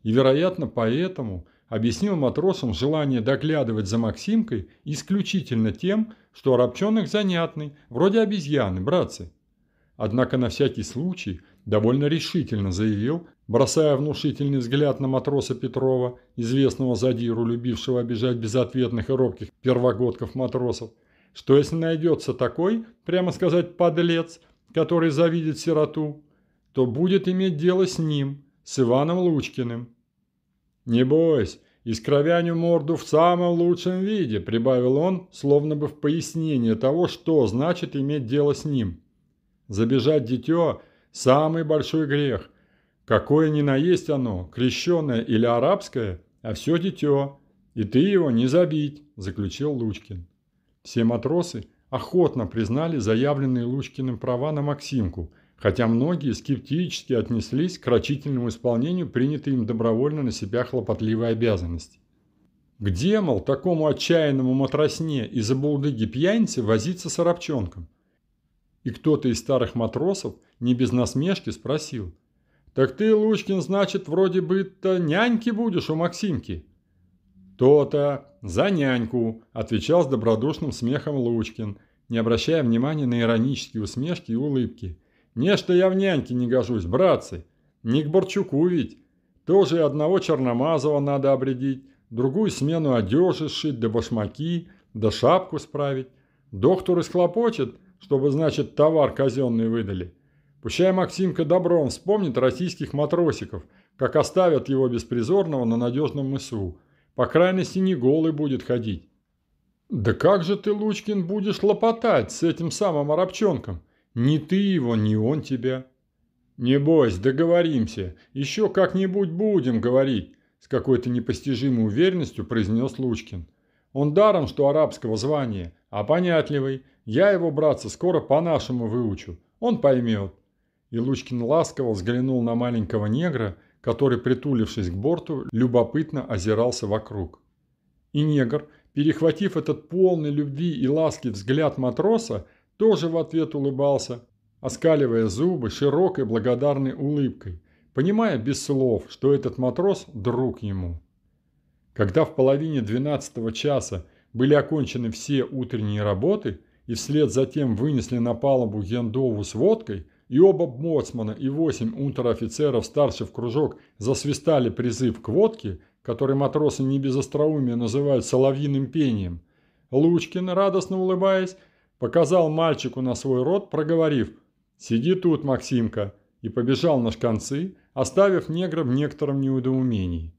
и, вероятно, поэтому объяснил матросам желание доглядывать за Максимкой исключительно тем, что арабчонок занятный, вроде обезьяны, братцы. Однако на всякий случай довольно решительно заявил, бросая внушительный взгляд на матроса Петрова, известного задиру, любившего обижать безответных и робких первогодков-матросов, что если найдется такой, прямо сказать, подлец, который завидит сироту, то будет иметь дело с ним, с Иваном Лучкиным. «Не бойся, искровяню морду в самом лучшем виде», – прибавил он, словно бы в пояснение того, что значит иметь дело с ним. «Забежать дитё – самый большой грех. Какое ни на есть оно, крещеное или арабское, а все дитё, и ты его не забить», – заключил Лучкин. Все матросы охотно признали заявленные Лучкиным права на Максимку, хотя многие скептически отнеслись к рачительному исполнению принятой им добровольно на себя хлопотливой обязанности. Где, мол, такому отчаянному матросне и забулдыге-пьянице возиться с арабчонком? И кто-то из старых матросов не без насмешки спросил: «Так ты, Лучкин, значит, вроде бы-то няньки будешь у Максимки?» «То-то, за няньку», – отвечал с добродушным смехом Лучкин, не обращая внимания на иронические усмешки и улыбки. «Не, что я в няньке не гожусь, братцы. Не к Борчуку ведь. Тоже и одного черномазого надо обрядить, другую смену одежи сшить, да башмаки, да шапку справить. Доктор исхлопочет, чтобы, значит, товар казенный выдали. Пущай Максимка добром вспомнит российских матросиков, как оставят его беспризорного на надежном мысу. По крайности, не голый будет ходить». «Да как же ты, Лучкин, будешь лопотать с этим самым арабчонком? Ни ты его, ни он тебя». «Не бойся, договоримся. Еще как-нибудь будем говорить», – с какой-то непостижимой уверенностью произнес Лучкин. «Он даром, что арабского звания, а понятливый. Я его, братца, скоро по-нашему выучу. Он поймет». И Лучкин ласково взглянул на маленького негра, который, притулившись к борту, любопытно озирался вокруг. И негр, перехватив этот полный любви и ласки взгляд матроса, тоже в ответ улыбался, оскаливая зубы широкой благодарной улыбкой, понимая без слов, что этот матрос – друг ему. Когда в половине 12-го часа были окончены все утренние работы и вслед за тем вынесли на палубу яндову с водкой, и оба боцмана и 8 унтер-офицеров старших в кружок засвистали призыв к водке, который матросы не без остроумия называют соловьиным пением, Лучкин, радостно улыбаясь, показал мальчику на свой рот, проговорив: «Сиди тут, Максимка», и побежал на шканцы, оставив негра в некотором недоумении.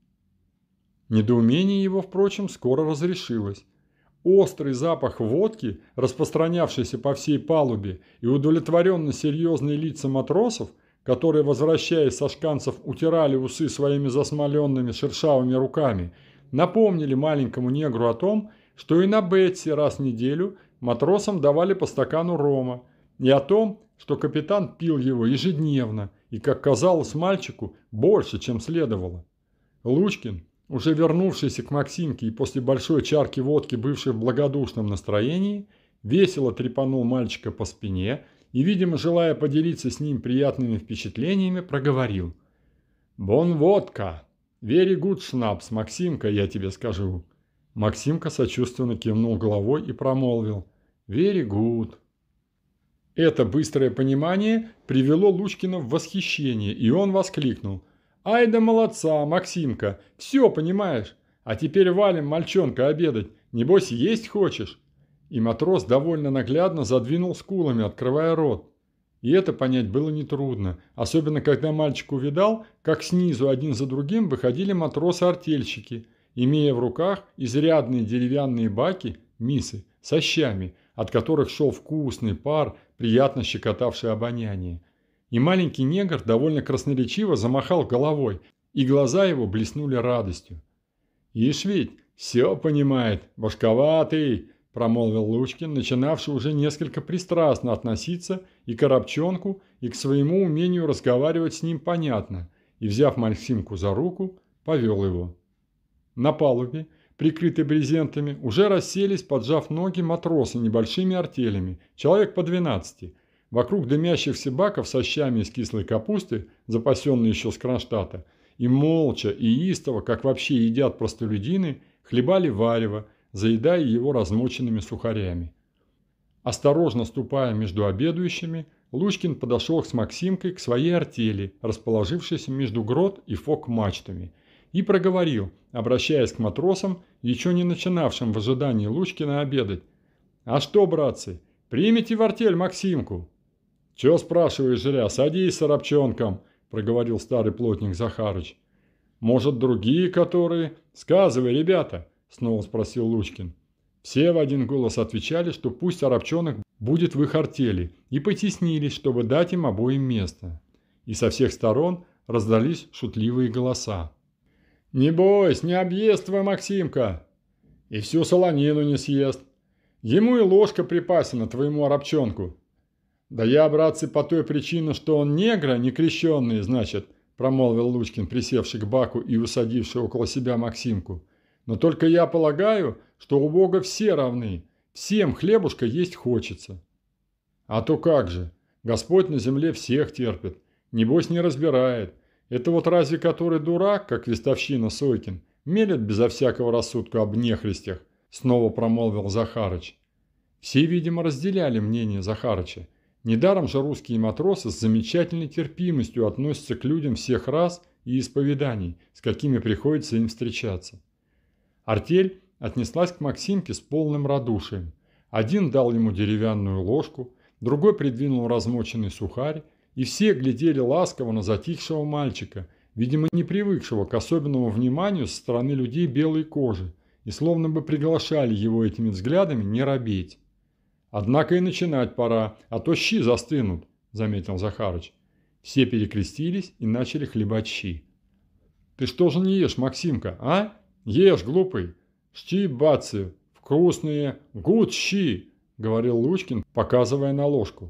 Недоумение его, впрочем, скоро разрешилось. Острый запах водки, распространявшийся по всей палубе, и удовлетворенно серьезные лица матросов, которые, возвращаясь со шканцев, утирали усы своими засмоленными шершавыми руками, напомнили маленькому негру о том, что и на Бетси раз в неделю матросам давали по стакану рома, и о том, что капитан пил его ежедневно и, как казалось мальчику, больше, чем следовало. Лучкин, уже вернувшийся к Максимке и после большой чарки водки, бывший в благодушном настроении, весело трепанул мальчика по спине и, видимо, желая поделиться с ним приятными впечатлениями, проговорил: «Бон водка! Very good шнапс, Максимка, я тебе скажу». Максимка сочувственно кивнул головой и промолвил: «Very good». Это быстрое понимание привело Лучкина в восхищение, и он воскликнул: «Ай да молодца, Максимка, все понимаешь. А теперь валим мальчонка обедать, небось есть хочешь?» И матрос довольно наглядно задвинул скулами, открывая рот. И это понять было нетрудно, особенно когда мальчик увидал, как снизу один за другим выходили матросы-артельщики, имея в руках изрядные деревянные баки, мисы, со щами, от которых шел вкусный пар, приятно щекотавший обоняние. И маленький негр довольно красноречиво замахал головой, и глаза его блеснули радостью. «Ишь ведь, все понимает, башковатый», – промолвил Лучкин, начинавший уже несколько пристрастно относиться и к арабчонку, и к своему умению разговаривать с ним понятно, и, взяв Максимку за руку, повел его. На палубе, прикрытой брезентами, уже расселись, поджав ноги, матросы небольшими артелями, человек по 12. Вокруг дымящихся баков со щами из кислой капусты, запасенные еще с Кронштадта, и молча и истово, как вообще едят простолюдины, хлебали варево, заедая его размоченными сухарями. Осторожно ступая между обедающими, Лучкин подошел с Максимкой к своей артели, расположившейся между грот и фок-мачтами, и проговорил, обращаясь к матросам, еще не начинавшим в ожидании Лучкина обедать: «А что, братцы, примите в артель Максимку?» «Чё спрашиваешь зря, садись с арабчонком», – проговорил старый плотник Захарыч. «Может, другие которые?» «Сказывай, ребята», – снова спросил Лучкин. Все в один голос отвечали, что пусть арабчонок будет в их артели, и потеснились, чтобы дать им обоим место. И со всех сторон раздались шутливые голоса. «Не бойся, не объест твой Максимка, и всю солонину не съест. Ему и ложка припасена твоему арабчонку». «Да я, братцы, по той причине, что он негра, не крещенный, значит», промолвил Лучкин, присевший к баку и усадивший около себя Максимку. «Но только я полагаю, что у Бога все равны, всем хлебушка есть хочется». «А то как же, Господь на земле всех терпит, небось не разбирает. Это вот разве который дурак, как вестовщина Сойкин, мелет безо всякого рассудка об нехристях», снова промолвил Захарыч. Все, видимо, разделяли мнение Захарыча. Недаром же русские матросы с замечательной терпимостью относятся к людям всех рас и исповеданий, с какими приходится им встречаться. Артель отнеслась к Максимке с полным радушием. Один дал ему деревянную ложку, другой придвинул размоченный сухарь, и все глядели ласково на затихшего мальчика, видимо, не привыкшего к особенному вниманию со стороны людей белой кожи, и словно бы приглашали его этими взглядами не робеть. «Однако и начинать пора, а то щи застынут», – заметил Захарыч. Все перекрестились и начали хлебать щи. «Ты что же не ешь, Максимка, а? Ешь, глупый! Щи, бацы, вкусные, гуд щи!» – говорил Лучкин, показывая на ложку.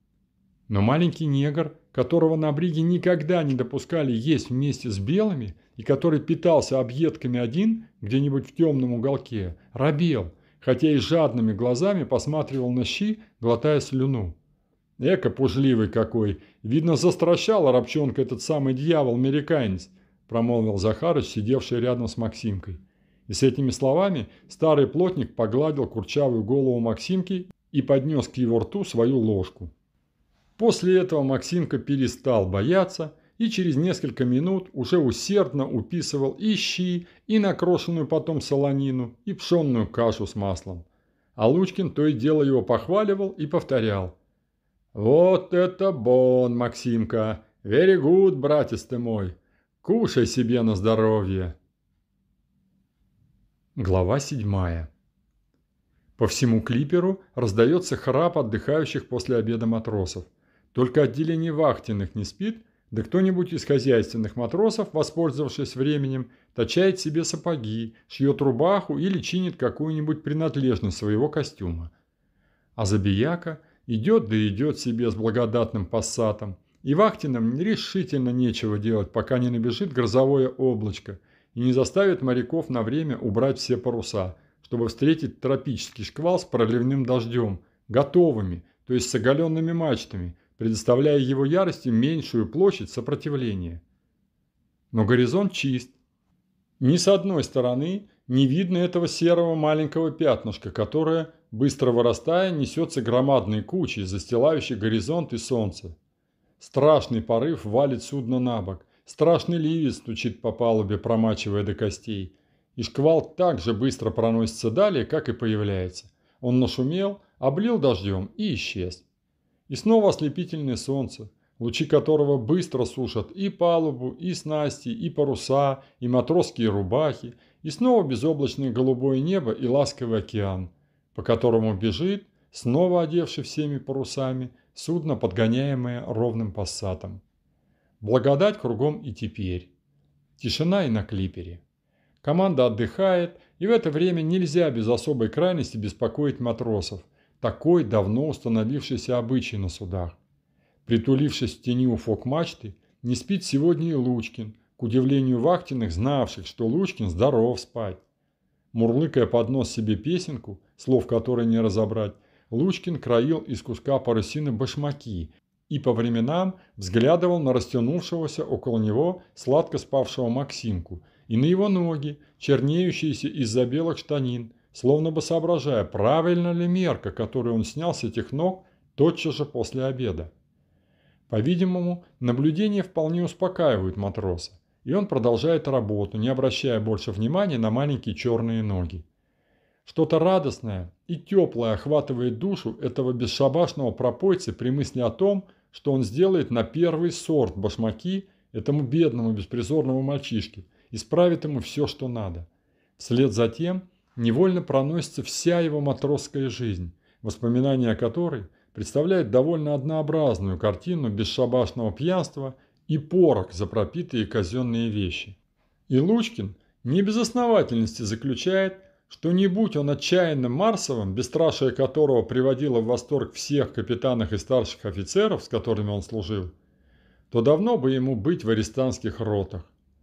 Но маленький негр, которого на бриге никогда не допускали есть вместе с белыми и который питался объедками один где-нибудь в темном уголке, робел, хотя и жадными глазами посматривал на щи, глотая слюну. «Эка пужливый какой! Видно, застращал арабчонка этот самый дьявол-американец», промолвил Захарыч, сидевший рядом с Максимкой. И с этими словами старый плотник погладил курчавую голову Максимки и поднес к его рту свою ложку. После этого Максимка перестал бояться и через несколько минут уже усердно уписывал и щи, и накрошенную потом солонину, и пшенную кашу с маслом. А Лучкин то и дело его похваливал и повторял: «Вот это бон, Максимка! Very good, братец ты мой! Кушай себе на здоровье!» Глава 7. По всему клиперу раздается храп отдыхающих после обеда матросов. Только отделение вахтенных не спит, да кто-нибудь из хозяйственных матросов, воспользовавшись временем, точает себе сапоги, шьет рубаху или чинит какую-нибудь принадлежность своего костюма. А забияка идет да идет себе с благодатным пассатом, и вахтенным решительно нечего делать, пока не набежит грозовое облачко и не заставит моряков на время убрать все паруса, чтобы встретить тропический шквал с проливным дождем, готовыми, то есть с оголенными мачтами, предоставляя его ярости меньшую площадь сопротивления. Но горизонт чист. Ни с одной стороны не видно этого серого маленького пятнышка, которое, быстро вырастая, несется громадной кучей, застилающей горизонт и солнце. Страшный порыв валит судно на бок, страшный ливень стучит по палубе, промачивая до костей. И шквал так же быстро проносится далее, как и появляется. Он нашумел, облил дождем и исчез. И снова ослепительное солнце, лучи которого быстро сушат и палубу, и снасти, и паруса, и матросские рубахи, и снова безоблачное голубое небо и ласковый океан, по которому бежит, снова одевший всеми парусами, судно, подгоняемое ровным пассатом. Благодать кругом и теперь. Тишина и на клипере. Команда отдыхает, и в это время нельзя без особой крайности беспокоить матросов. Такой давно установившийся обычай на судах. Притулившись в тени у фок-мачты, не спит сегодня и Лучкин, к удивлению вахтенных, знавших, что Лучкин здоров спать. Мурлыкая под нос себе песенку, слов которой не разобрать, Лучкин краил из куска парусины башмаки, и по временам взглядывал на растянувшегося около него сладко спавшего Максимку и на его ноги, чернеющиеся из-за белых штанин, словно бы соображая, правильно ли мерка, которую он снял с этих ног тотчас же после обеда. По-видимому, наблюдения вполне успокаивают матроса, и он продолжает работу, не обращая больше внимания на маленькие черные ноги. Что-то радостное и теплое охватывает душу этого бесшабашного пропойцы при мысли о том, что он сделает на первый сорт башмаки этому бедному беспризорному мальчишке, исправит ему все, что надо. Вслед за тем невольно проносится вся его матросская жизнь, воспоминания о которой представляют довольно однообразную картину бесшабашного пьянства и порок за пропитые казенные вещи. И Лучкин не без основательности заключает, что не будь он отчаянным Марсовым, бесстрашие которого приводило в восторг всех капитанов и старших офицеров, с которыми он служил, то давно бы ему быть в арестантских ротах.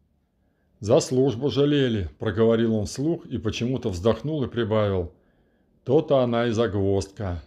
«За службу жалели», – проговорил он вслух и почему-то вздохнул и прибавил. «То-то она и загвоздка».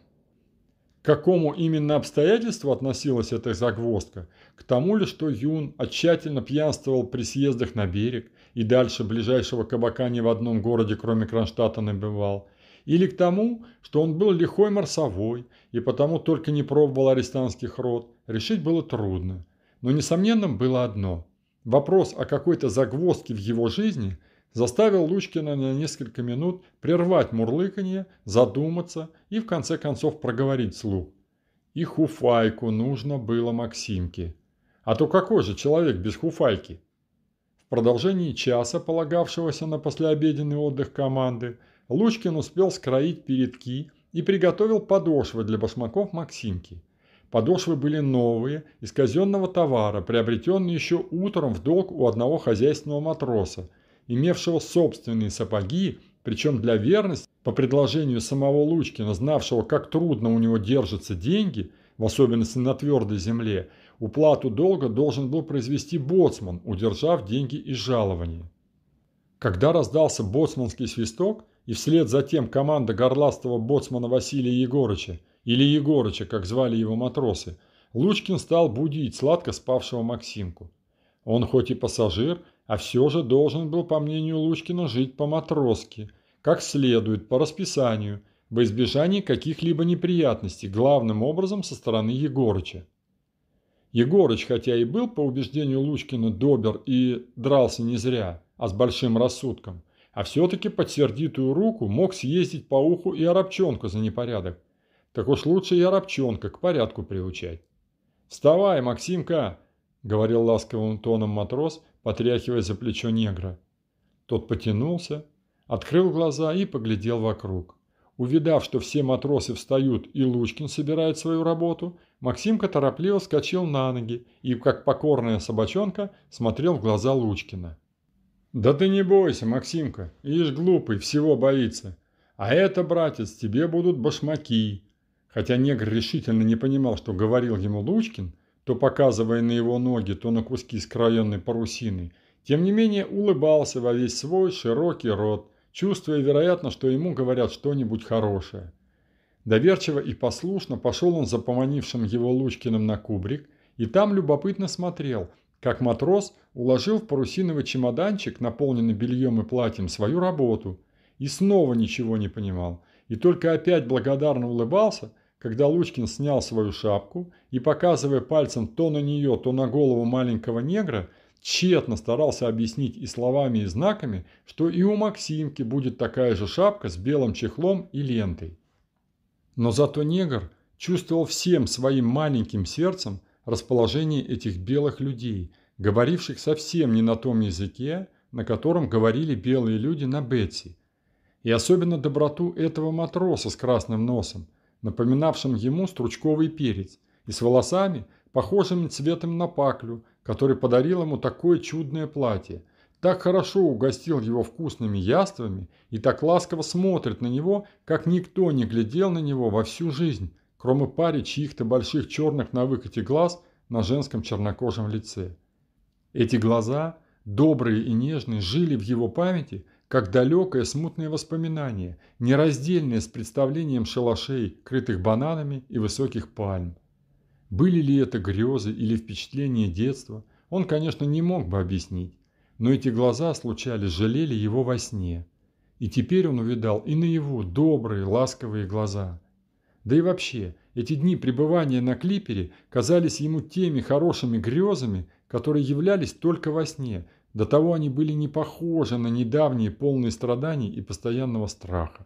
К какому именно обстоятельству относилась эта загвоздка? К тому ли, что Юн тщательно пьянствовал при съездах на берег и дальше ближайшего кабака ни в одном городе, кроме Кронштадта, не бывал? Или к тому, что он был лихой марсовой и потому только не пробовал арестантских рот? Решить было трудно. Но несомненным было одно. Вопрос о какой-то загвоздке в его жизни заставил Лучкина на несколько минут прервать мурлыканье, задуматься и в конце концов проговорить вслух. И хуфайку нужно было Максимке. А то какой же человек без хуфайки? В продолжении часа, полагавшегося на послеобеденный отдых команды, Лучкин успел скроить передки и приготовил подошвы для башмаков Максимки. Подошвы были новые, из казенного товара, приобретенные еще утром в долг у одного хозяйственного матроса, имевшего собственные сапоги, причем для верности, по предложению самого Лучкина, знавшего, как трудно у него держатся деньги, в особенности на твердой земле, уплату долга должен был произвести боцман, удержав деньги из жалования. Когда раздался боцманский свисток, и вслед за тем команда горластого боцмана Василия Егорыча, или Егорыча, как звали его матросы, Лучкин стал будить сладко спавшего Максимку. Он хоть и пассажир, а все же должен был, по мнению Лучкина, жить по-матросски, как следует, по расписанию, во избежание каких-либо неприятностей, главным образом со стороны Егорыча. Егорыч, хотя и был, по убеждению Лучкина, добр и дрался не зря, а с большим рассудком, а все-таки под сердитую руку мог съездить по уху и Оробчонку за непорядок. Так уж лучше и Оробчонка к порядку приучать. «Вставай, Максимка!» – говорил ласковым тоном матрос, потряхивая за плечо негра. Тот потянулся, открыл глаза и поглядел вокруг. Увидав, что все матросы встают и Лучкин собирает свою работу, Максимка торопливо вскочил на ноги и, как покорная собачонка, смотрел в глаза Лучкина. «Да ты не бойся, Максимка, ишь глупый, всего боится. А это, братец, тебе будут башмаки». Хотя негр решительно не понимал, что говорил ему Лучкин, то показывая на его ноги, то на куски скроенной парусины, тем не менее улыбался во весь свой широкий рот, чувствуя, вероятно, что ему говорят что-нибудь хорошее. Доверчиво и послушно пошел он за поманившим его Лучкиным на кубрик, и там любопытно смотрел, как матрос уложил в парусиновый чемоданчик, наполненный бельем и платьем, свою работу, и снова ничего не понимал, и только опять благодарно улыбался, когда Лучкин снял свою шапку и, показывая пальцем то на нее, то на голову маленького негра, тщетно старался объяснить и словами, и знаками, что и у Максимки будет такая же шапка с белым чехлом и лентой. Но зато негр чувствовал всем своим маленьким сердцем расположение этих белых людей, говоривших совсем не на том языке, на котором говорили белые люди на Бетси, и особенно доброту этого матроса с красным носом, напоминавшим ему стручковый перец, и с волосами, похожими цветом на паклю, который подарил ему такое чудное платье, так хорошо угостил его вкусными яствами и так ласково смотрит на него, как никто не глядел на него во всю жизнь, кроме пари чьих-то больших черных на выкате глаз на женском чернокожем лице. Эти глаза, добрые и нежные, жили в его памяти, как далекое смутное воспоминание, нераздельное с представлением шалашей, крытых бананами и высоких пальм. Были ли это грезы или впечатления детства, он, конечно, не мог бы объяснить, но эти глаза, случались, жалели его во сне. И теперь он увидал и наяву добрые, ласковые глаза. Да и вообще, эти дни пребывания на клипере казались ему теми хорошими грезами, которые являлись только во сне. До того они были не похожи на недавние полные страданий и постоянного страха.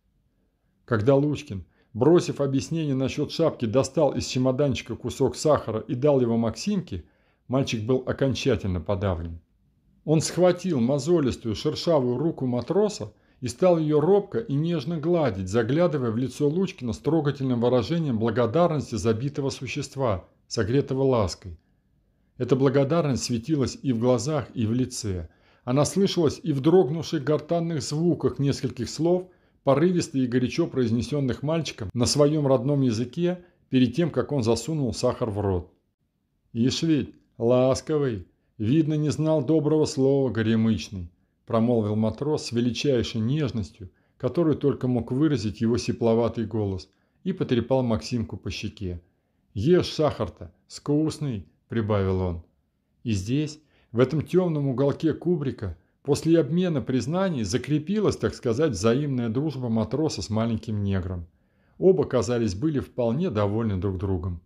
Когда Лучкин, бросив объяснение насчет шапки, достал из чемоданчика кусок сахара и дал его Максимке, мальчик был окончательно подавлен. Он схватил мозолистую шершавую руку матроса и стал ее робко и нежно гладить, заглядывая в лицо Лучкина с трогательным выражением благодарности забитого существа, согретого лаской. Эта благодарность светилась и в глазах, и в лице. Она слышалась и в дрогнувших гортанных звуках нескольких слов, порывисто и горячо произнесенных мальчиком на своем родном языке перед тем, как он засунул сахар в рот. «Ишь ведь, ласковый, видно, не знал доброго слова горемычный», промолвил матрос с величайшей нежностью, которую только мог выразить его сипловатый голос, и потрепал Максимку по щеке. «Ешь сахар-то, вкусный», – прибавил он. И здесь, в этом темном уголке кубрика, после обмена признаний закрепилась, так сказать, взаимная дружба матроса с маленьким негром. Оба, казались, были вполне довольны друг другом.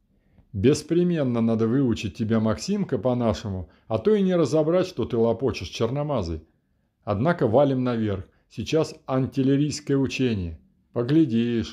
«Беспременно надо выучить тебя, Максимка, по-нашему, а то и не разобрать, что ты лопочешь, черномазый. Однако валим наверх, сейчас артиллерийское учение. Поглядишь».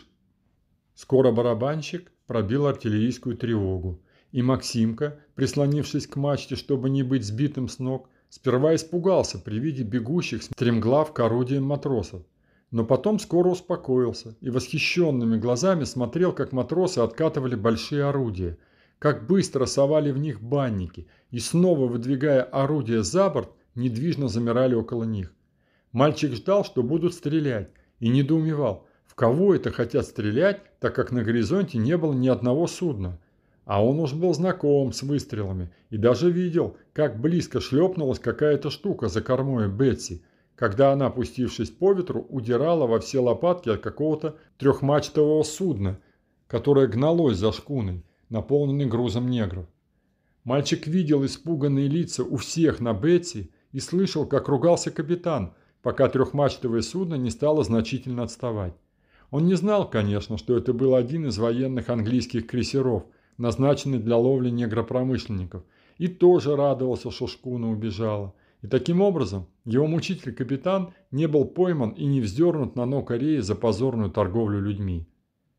Скоро барабанщик пробил артиллерийскую тревогу, и Максимка, прислонившись к мачте, чтобы не быть сбитым с ног, сперва испугался при виде бегущих стремглав к орудиям матросов, но потом скоро успокоился и восхищенными глазами смотрел, как матросы откатывали большие орудия, как быстро совали в них банники и, снова выдвигая орудия за борт, недвижно замирали около них. Мальчик ждал, что будут стрелять, и недоумевал, в кого это хотят стрелять, так как на горизонте не было ни одного судна. А он уж был знаком с выстрелами и даже видел, как близко шлепнулась какая-то штука за кормой Бетси, когда она, пустившись по ветру, удирала во все лопатки от какого-то трехмачтового судна, которое гналось за шкуной, наполненной грузом негров. Мальчик видел испуганные лица у всех на Бетси и слышал, как ругался капитан, пока трехмачтовое судно не стало значительно отставать. Он не знал, конечно, что это был один из военных английских крейсеров, назначенный для ловли негропромышленников, и тоже радовался, что шкуна убежала. И таким образом его мучитель-капитан не был пойман и не вздернут на ног Кореи за позорную торговлю людьми.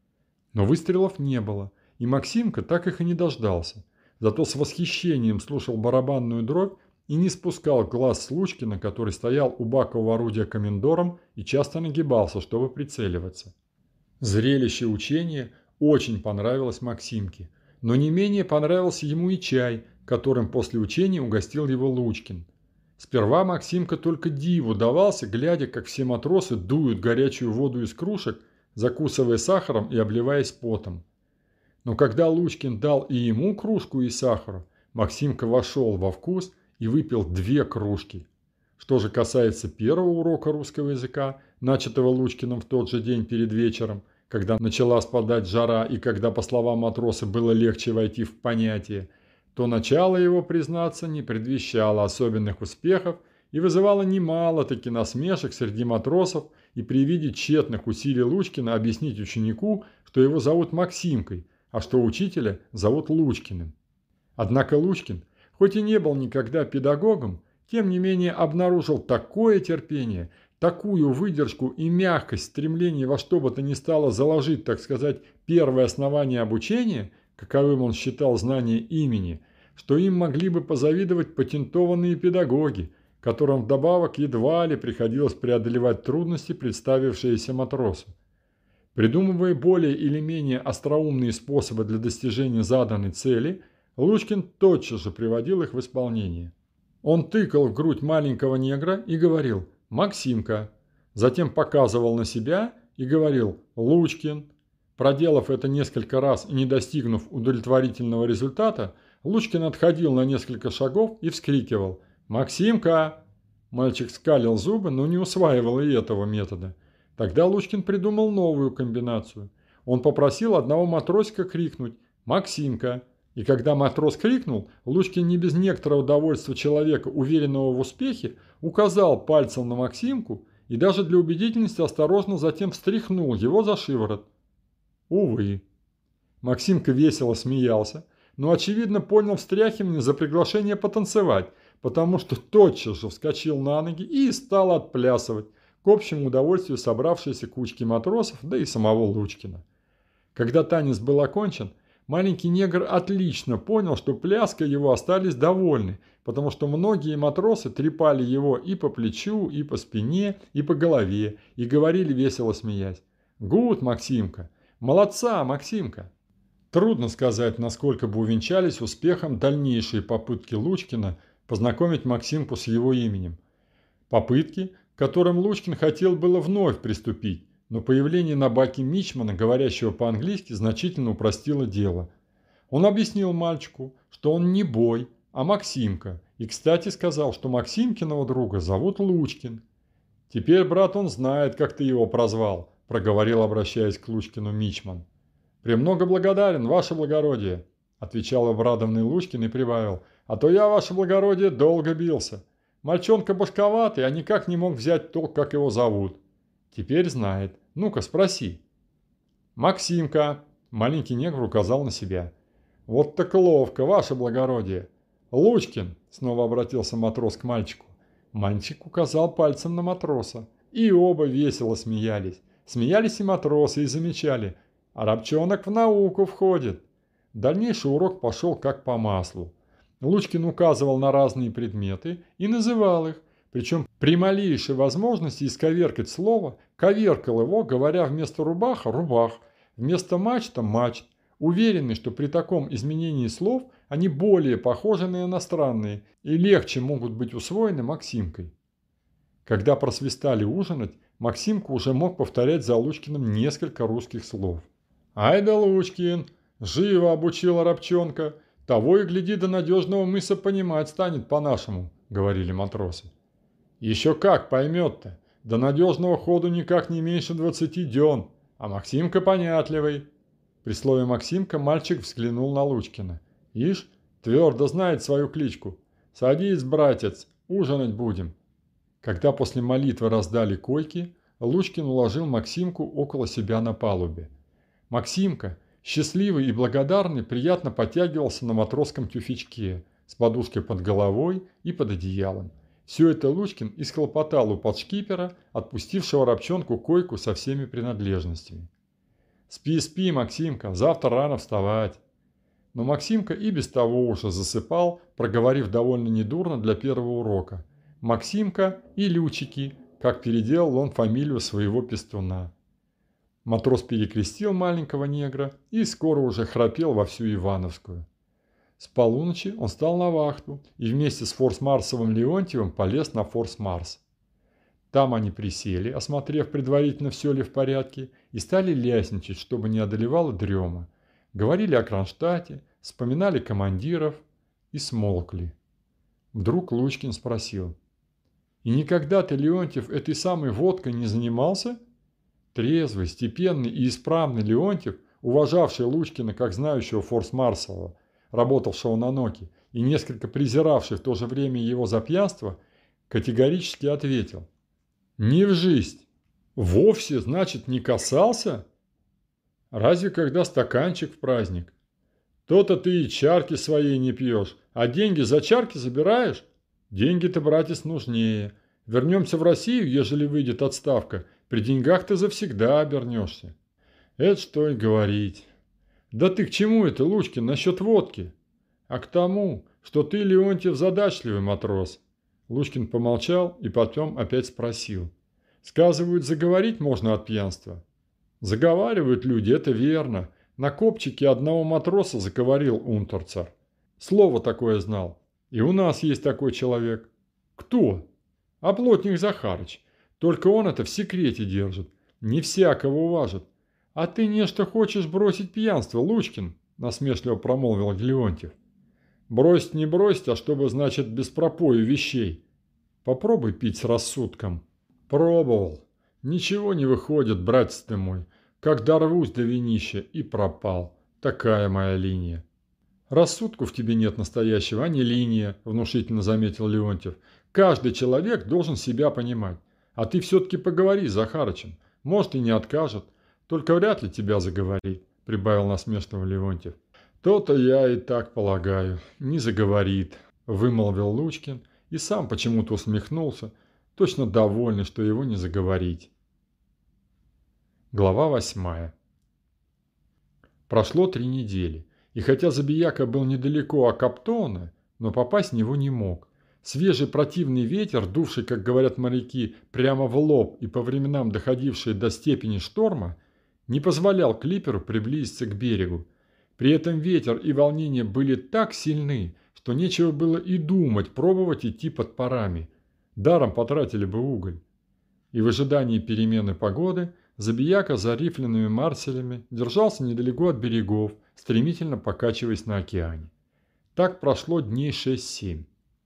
Но выстрелов не было, и Максимка так их и не дождался. Зато с восхищением слушал барабанную дробь и не спускал глаз с Лучкина, который стоял у бакового орудия комендором и часто нагибался, чтобы прицеливаться. Зрелище учения очень понравилось Максимке, но не менее понравился ему и чай, которым после учения угостил его Лучкин. Сперва Максимка только диву давался, глядя, как все матросы дуют горячую воду из кружек, закусывая сахаром и обливаясь потом. Но когда Лучкин дал и ему кружку и сахара, Максимка вошел во вкус и выпил 2 кружки. Что же касается первого урока русского языка, начатого Лучкиным в тот же день перед вечером, когда начала спадать жара и когда, по словам матроса, было легче войти в понятие, то начало его, признаться, не предвещало особенных успехов и вызывало немало-таки насмешек среди матросов и при виде тщетных усилий Лучкина объяснить ученику, что его зовут Максимкой, а что учителя зовут Лучкиным. Однако Лучкин, хоть и не был никогда педагогом, тем не менее обнаружил такое терпение, такую выдержку и мягкость стремления во что бы то ни стало заложить, так сказать, первое основание обучения, каковым он считал знание имени, что им могли бы позавидовать патентованные педагоги, которым вдобавок едва ли приходилось преодолевать трудности, представившиеся матросу. Придумывая более или менее остроумные способы для достижения заданной цели, Лучкин тотчас же приводил их в исполнение. Он тыкал в грудь маленького негра и говорил «Максимка», затем показывал на себя и говорил «Лучкин». Проделав это несколько раз и не достигнув удовлетворительного результата, Лучкин отходил на несколько шагов и вскрикивал «Максимка!». Мальчик скалил зубы, но не усваивал и этого метода. Тогда Лучкин придумал новую комбинацию. Он попросил одного матросика крикнуть Максимка. И когда матрос крикнул, Лучкин не без некоторого удовольствия человека, уверенного в успехе, указал пальцем на Максимку и даже для убедительности осторожно затем встряхнул его за шиворот. Увы. Максимка весело смеялся, но, очевидно, понял встряхивание за приглашение потанцевать, потому что тотчас же вскочил на ноги и стал отплясывать, к общему удовольствию собравшейся кучки матросов, да и самого Лучкина. Когда танец был окончен, маленький негр отлично понял, что пляской его остались довольны, потому что многие матросы трепали его и по плечу, и по спине, и по голове, и говорили, весело смеясь: «Гуд, Максимка! Молодца, Максимка!» Трудно сказать, насколько бы увенчались успехом дальнейшие попытки Лучкина познакомить Максимку с его именем. Попытки, к которым Лучкин хотел было вновь приступить, но появление на баке мичмана, говорящего по-английски, значительно упростило дело. Он объяснил мальчику, что он не Бой, а Максимка, и, кстати, сказал, что Максимкиного друга зовут Лучкин. «Теперь, брат, он знает, как ты его прозвал», – проговорил, обращаясь к Лучкину, мичман. «Премного благодарен, ваше благородие», – отвечал обрадованный Лучкин и прибавил: «а то я, ваше благородие, долго бился. Мальчонка башковатый, а никак не мог взять толк, как его зовут. Теперь знает. Ну-ка, спроси». «Максимка», – маленький негр указал на себя. «Вот так ловко, ваше благородие». «Лучкин», – снова обратился матрос к мальчику. Мальчик указал пальцем на матроса. И оба весело смеялись. Смеялись и матросы, и замечали: «А рабчонок в науку входит». Дальнейший урок пошел как по маслу. Лучкин указывал на разные предметы и называл их, причем при малейшей возможности исковеркать слово, коверкал его, говоря вместо рубаха – рубах, вместо мачта – мачт, уверенный, что при таком изменении слов они более похожи на иностранные и легче могут быть усвоены Максимкой. Когда просвистали ужинать, Максимка уже мог повторять за Лучкиным несколько русских слов. «Ай да Лучкин! Живо обучила рабчонка! Того и гляди, до надежного мыса понимать станет по-нашему», — говорили матросы. «Еще как поймет-то! До надежного ходу никак не меньше 20 дён, а Максимка понятливый». При слове «Максимка» мальчик взглянул на Лучкина. «Ишь, твердо знает свою кличку. Садись, братец, ужинать будем». Когда после молитвы раздали койки, Лучкин уложил Максимку около себя на палубе. Максимка, счастливый и благодарный, приятно потягивался на матросском тюфячке с подушкой под головой и под одеялом. Все это Лучкин исхлопотал у подшкипера, отпустившего рабчонку койку со всеми принадлежностями. «Спи, спи, Максимка, завтра рано вставать». Но Максимка и без того уже засыпал, проговорив довольно недурно для первого урока: «Максимка и Лючики», как переделал он фамилию своего пестуна. Матрос перекрестил маленького негра и скоро уже храпел во всю Ивановскую. С полуночи он стал на вахту и вместе с форс-марсовым Леонтьевым полез на форс-марс. Там они присели, осмотрев предварительно, все ли в порядке, и стали лясничать, чтобы не одолевала дрема. Говорили о Кронштадте, вспоминали командиров и смолкли. Вдруг Лучкин спросил: «И никогда ты, Леонтьев, этой самой водкой не занимался?» Трезвый, степенный и исправный Леонтьев, уважавший Лучкина как знающего форс-марсового, работавшего на Ноке, и несколько презиравший в то же время его за пьянство, категорически ответил: «Не в жизнь! Вовсе, значит, не касался? Разве когда стаканчик в праздник? То-то ты и чарки своей не пьешь, а деньги за чарки забираешь? Деньги-то, братец, нужнее. Вернемся в Россию, ежели выйдет отставка, при деньгах ты завсегда обернешься». Это что и говорить. Да ты к чему это, Лучкин, насчет водки? А к тому, что ты, Леонтьев, задачливый матрос. Лучкин помолчал и потом опять спросил: «Сказывают, заговорить можно от пьянства?» «Заговаривают люди, это верно. На копчике одного матроса заговорил унтерцар. Слово такое знал. И у нас есть такой человек». «Кто?» «А плотник Захарыч. Только он это в секрете держит. Не всякого уважит. А ты нечто хочешь бросить пьянство, Лучкин?» насмешливо промолвил Леонтьев. «Бросить не бросить, а чтобы, значит, без пропою вещей. Попробуй пить с рассудком». «Пробовал. Ничего не выходит, братец ты мой. Как дорвусь до винища, и пропал. Такая моя линия. Рассудку в тебе нет настоящего, а не линия, внушительно заметил Леонтьев. Каждый человек должен себя понимать. А ты все-таки поговори с Захарычем. Может, и не откажет. Только вряд ли тебя заговорит, прибавил насмешливо Леонтьев. То-то я и так полагаю. Не заговорит, вымолвил Лучкин и сам почему-то усмехнулся, точно довольный, что его не заговорить. Глава 8. Прошло 3 недели. И хотя Забияка был недалеко от Каптона, но попасть в него не мог. Свежий противный ветер, дувший, как говорят моряки, прямо в лоб и по временам доходивший до степени шторма, не позволял клиперу приблизиться к берегу. При этом ветер и волнение были так сильны, что нечего было и думать пробовать идти под парами. Даром потратили бы уголь. И в ожидании перемены погоды Забияка за рифлеными марселями держался недалеко от берегов, стремительно покачиваясь на океане. Так прошло дней 6-7.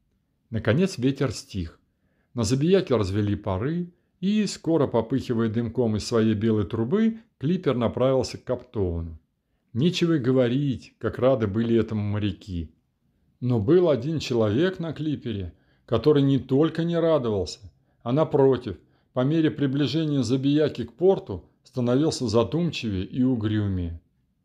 Наконец ветер стих. На Забияке развели пары, и, скоро попыхивая дымком из своей белой трубы, клипер направился к Каптону. Нечего и говорить, как рады были этому моряки. Но был один человек на клипере, который не только не радовался, а напротив, по мере приближения Забияки к порту, становился задумчивее и угрюмее.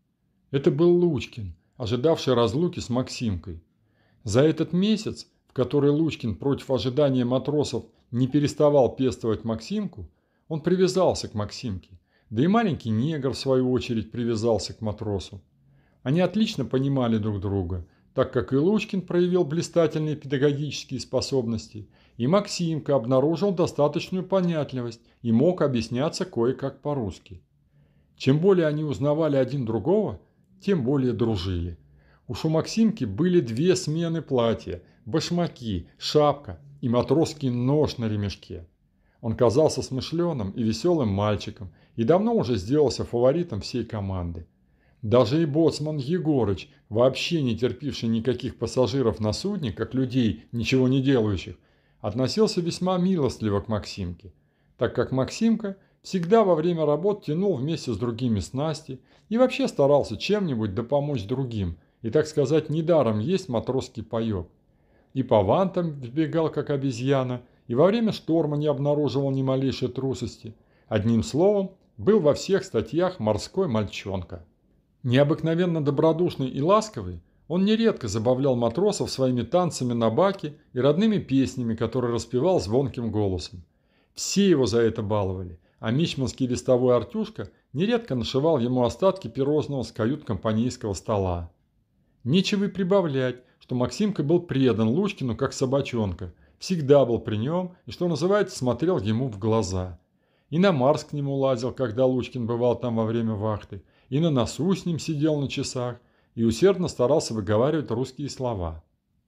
Это был Лучкин, ожидавший разлуки с Максимкой. За этот месяц, в который Лучкин против ожидания матросов не переставал пестовать Максимку, он привязался к Максимке, да и маленький негр, в свою очередь, привязался к матросу. Они отлично понимали друг друга, так как и Лучкин проявил блистательные педагогические способности, и Максимка обнаружил достаточную понятливость и мог объясняться кое-как по-русски. Чем более они узнавали один другого, тем более дружили. Уж у Максимки были 2 смены платья, башмаки, шапка и матросский нож на ремешке. Он казался смышленым и веселым мальчиком и давно уже сделался фаворитом всей команды. Даже и боцман Егорыч, вообще не терпевший никаких пассажиров на судне, как людей, ничего не делающих, относился весьма милостливо к Максимке, так как Максимка всегда во время работ тянул вместе с другими снасти и вообще старался чем-нибудь да помочь другим, и, так сказать, недаром есть матросский паёк. И по вантам вбегал, как обезьяна, и во время шторма не обнаруживал ни малейшей трусости. Одним словом, был во всех статьях морской мальчонка. Необыкновенно добродушный и ласковый, он нередко забавлял матросов своими танцами на баке и родными песнями, которые распевал звонким голосом. Все его за это баловали, а мичманский листовой Артюшка нередко нашивал ему остатки пирожного с кают-компанейского стола. Нечего и прибавлять, что Максимка был предан Лучкину как собачонка, всегда был при нем и, что называется, смотрел ему в глаза. И на Марс к нему лазил, когда Лучкин бывал там во время вахты, и на носу с ним сидел на часах, и усердно старался выговаривать русские слова.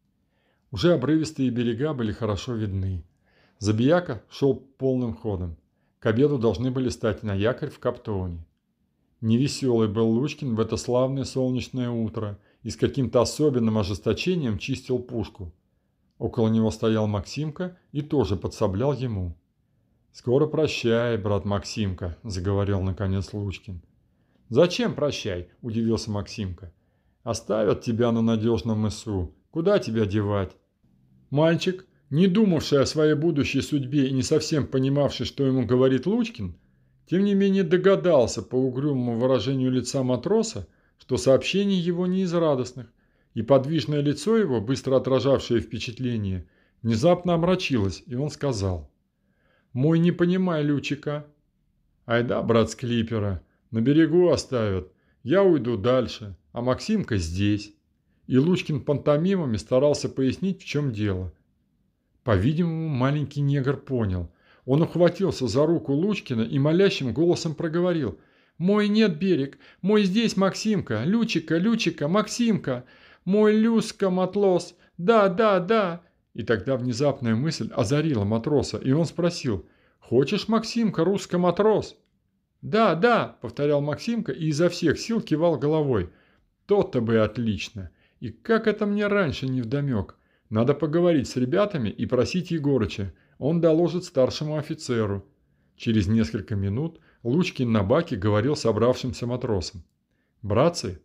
Уже обрывистые берега были хорошо видны. Забияка шел полным ходом. К обеду должны были стать на якорь в Каптоне. Невеселый был Лучкин в это славное солнечное утро и с каким-то особенным ожесточением чистил пушку. Около него стоял Максимка и тоже подсоблял ему. «Скоро прощай, брат Максимка», – заговорил наконец Лучкин. «Зачем прощай?» – удивился Максимка. «Оставят тебя на надежном мысу. Куда тебя девать?» Мальчик, не думавший о своей будущей судьбе и не совсем понимавший, что ему говорит Лучкин, тем не менее догадался по угрюмому выражению лица матроса, что сообщение его не из радостных, и подвижное лицо его, быстро отражавшее впечатление, внезапно омрачилось, и он сказал: «Мой не понимай, Лючика». «Айда, брат с клипера, на берегу оставят, я уйду дальше, а Максимка здесь». И Лучкин пантомимами старался пояснить, в чем дело. По-видимому, маленький негр понял. Он ухватился за руку Лучкина и молящим голосом проговорил: «Мой нет берег, мой здесь Максимка, Лючика, Лючика, Максимка, мой Люска, матлос, да, да, да». И тогда внезапная мысль озарила матроса, и он спросил: «Хочешь, Максимка, русско-матрос?» «Да, да», – повторял Максимка и изо всех сил кивал головой. «То-то бы отлично! И как это мне раньше невдомек? Надо поговорить с ребятами и просить Егорыча, он доложит старшему офицеру». Через несколько минут Лучкин на баке говорил собравшимся матросам: «Братцы,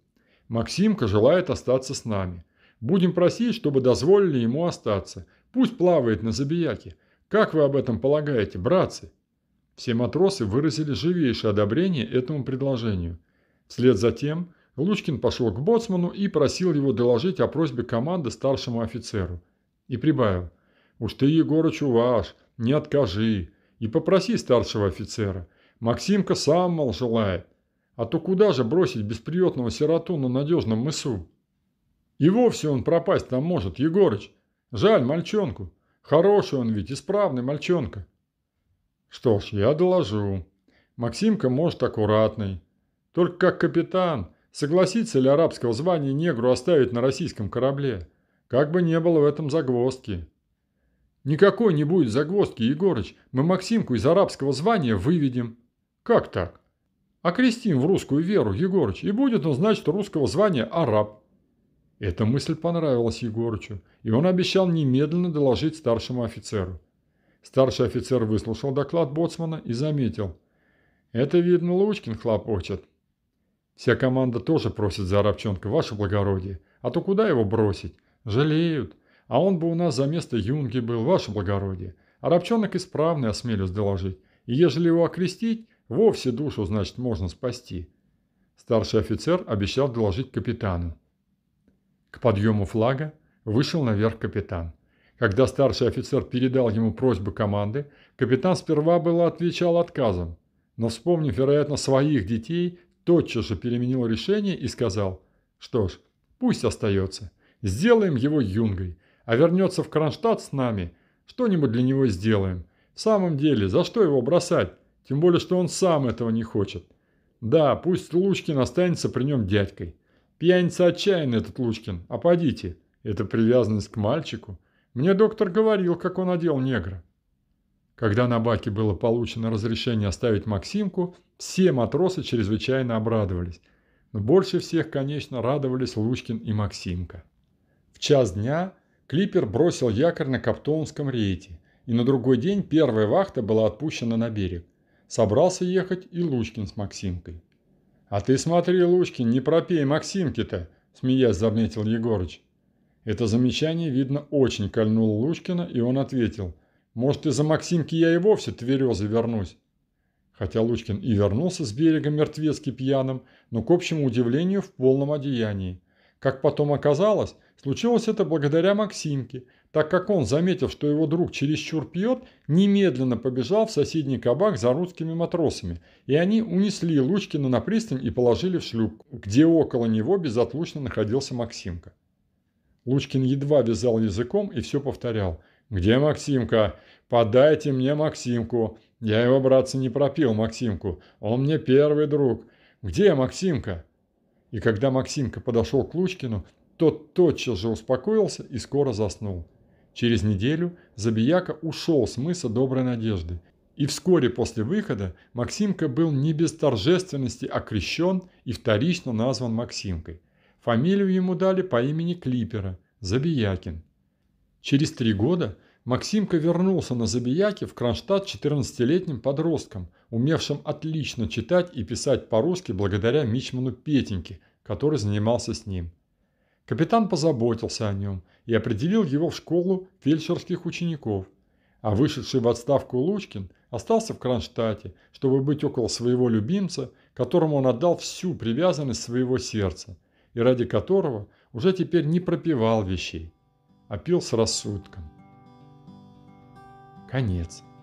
Максимка желает остаться с нами. Будем просить, чтобы дозволили ему остаться. Пусть плавает на забияке. Как вы об этом полагаете, братцы?» Все матросы выразили живейшее одобрение этому предложению. Вслед за тем Лучкин пошел к боцману и просил его доложить о просьбе команды старшему офицеру. И прибавил: «Уж ты, Егорыч, ваш, не откажи, и попроси старшего офицера. Максимка сам, мол, желает. А то куда же бросить бесприютного сироту на надежном мысу? И вовсе он пропасть там может, Егорыч. Жаль мальчонку. Хороший он ведь, исправный мальчонка». «Что ж, я доложу. Максимка, может, аккуратный. Только как капитан, согласится ли арабского звания негру оставить на российском корабле? Как бы не было в этом загвоздки». «Никакой не будет загвоздки, Егорыч. Мы Максимку из арабского звания выведем». «Как так?» «Окрестим в русскую веру, Егорыч, и будет он, значит, русского звания араб». Эта мысль понравилась Егорычу, и он обещал немедленно доложить старшему офицеру. Старший офицер выслушал доклад боцмана и заметил: «Это, видно, Лучкин хлопочет. Вся команда тоже просит за арабчонка, ваше благородие. А то куда его бросить? Жалеют. А он бы у нас за место юнги был, ваше благородие. Арабчонок исправный, осмелюсь доложить. И ежели его окрестить, вовсе душу, значит, можно спасти». Старший офицер обещал доложить капитану. К подъему флага вышел наверх капитан. Когда старший офицер передал ему просьбу команды, капитан сперва было отвечал отказом, но, вспомнив, вероятно, своих детей, тотчас же переменил решение и сказал: «Что ж, пусть остается. Сделаем его юнгой, а вернется в Кронштадт с нами, что-нибудь для него сделаем. В самом деле, за что его бросать? Тем более, что он сам этого не хочет. Да, пусть Лучкин останется при нем дядькой. Пьяница отчаянный этот Лучкин, а подите, это привязанность к мальчику. Мне доктор говорил, как он одел негра». Когда на баке было получено разрешение оставить Максимку, все матросы чрезвычайно обрадовались. Но больше всех, конечно, радовались Лучкин и Максимка. В час дня клипер бросил якорь на Каптоунском рейте, и на другой день первая вахта была отпущена на берег. Собрался ехать и Лучкин с Максимкой. «А ты смотри, Лучкин, не пропей Максимке-то», – смеясь заметил Егорыч. Это замечание, видно, очень кольнуло Лучкина, и он ответил: «Может, из-за Максимки я и вовсе тверезый вернусь». Хотя Лучкин и вернулся с берега мертвецки пьяным, но, к общему удивлению, в полном одеянии. Как потом оказалось, случилось это благодаря Максимке, так как он, заметив, что его друг чересчур пьет, немедленно побежал в соседний кабак за русскими матросами, и они унесли Лучкина на пристань и положили в шлюпку, где около него безотлучно находился Максимка. Лучкин едва вязал языком и все повторял: «Где Максимка? Подайте мне Максимку. Я его, братцы, не пропил, Максимку. Он мне первый друг. Где Максимка?» И когда Максимка подошел к Лучкину, тот тотчас же успокоился и скоро заснул. Через неделю забияка ушел с мыса Доброй Надежды, и вскоре после выхода Максимка был не без торжественности окрещен и вторично назван Максимкой. Фамилию ему дали по имени клипера – Забиякин. Через 3 года Максимка вернулся на Забияке в Кронштадт 14-летним подростком, умевшим отлично читать и писать по-русски благодаря мичману Петеньке, который занимался с ним. Капитан позаботился о нем и определил его в школу фельдшерских учеников, а вышедший в отставку Лучкин остался в Кронштадте, чтобы быть около своего любимца, которому он отдал всю привязанность своего сердца, и ради которого уже теперь не пропивал вещей, а пил с рассудком. Конец.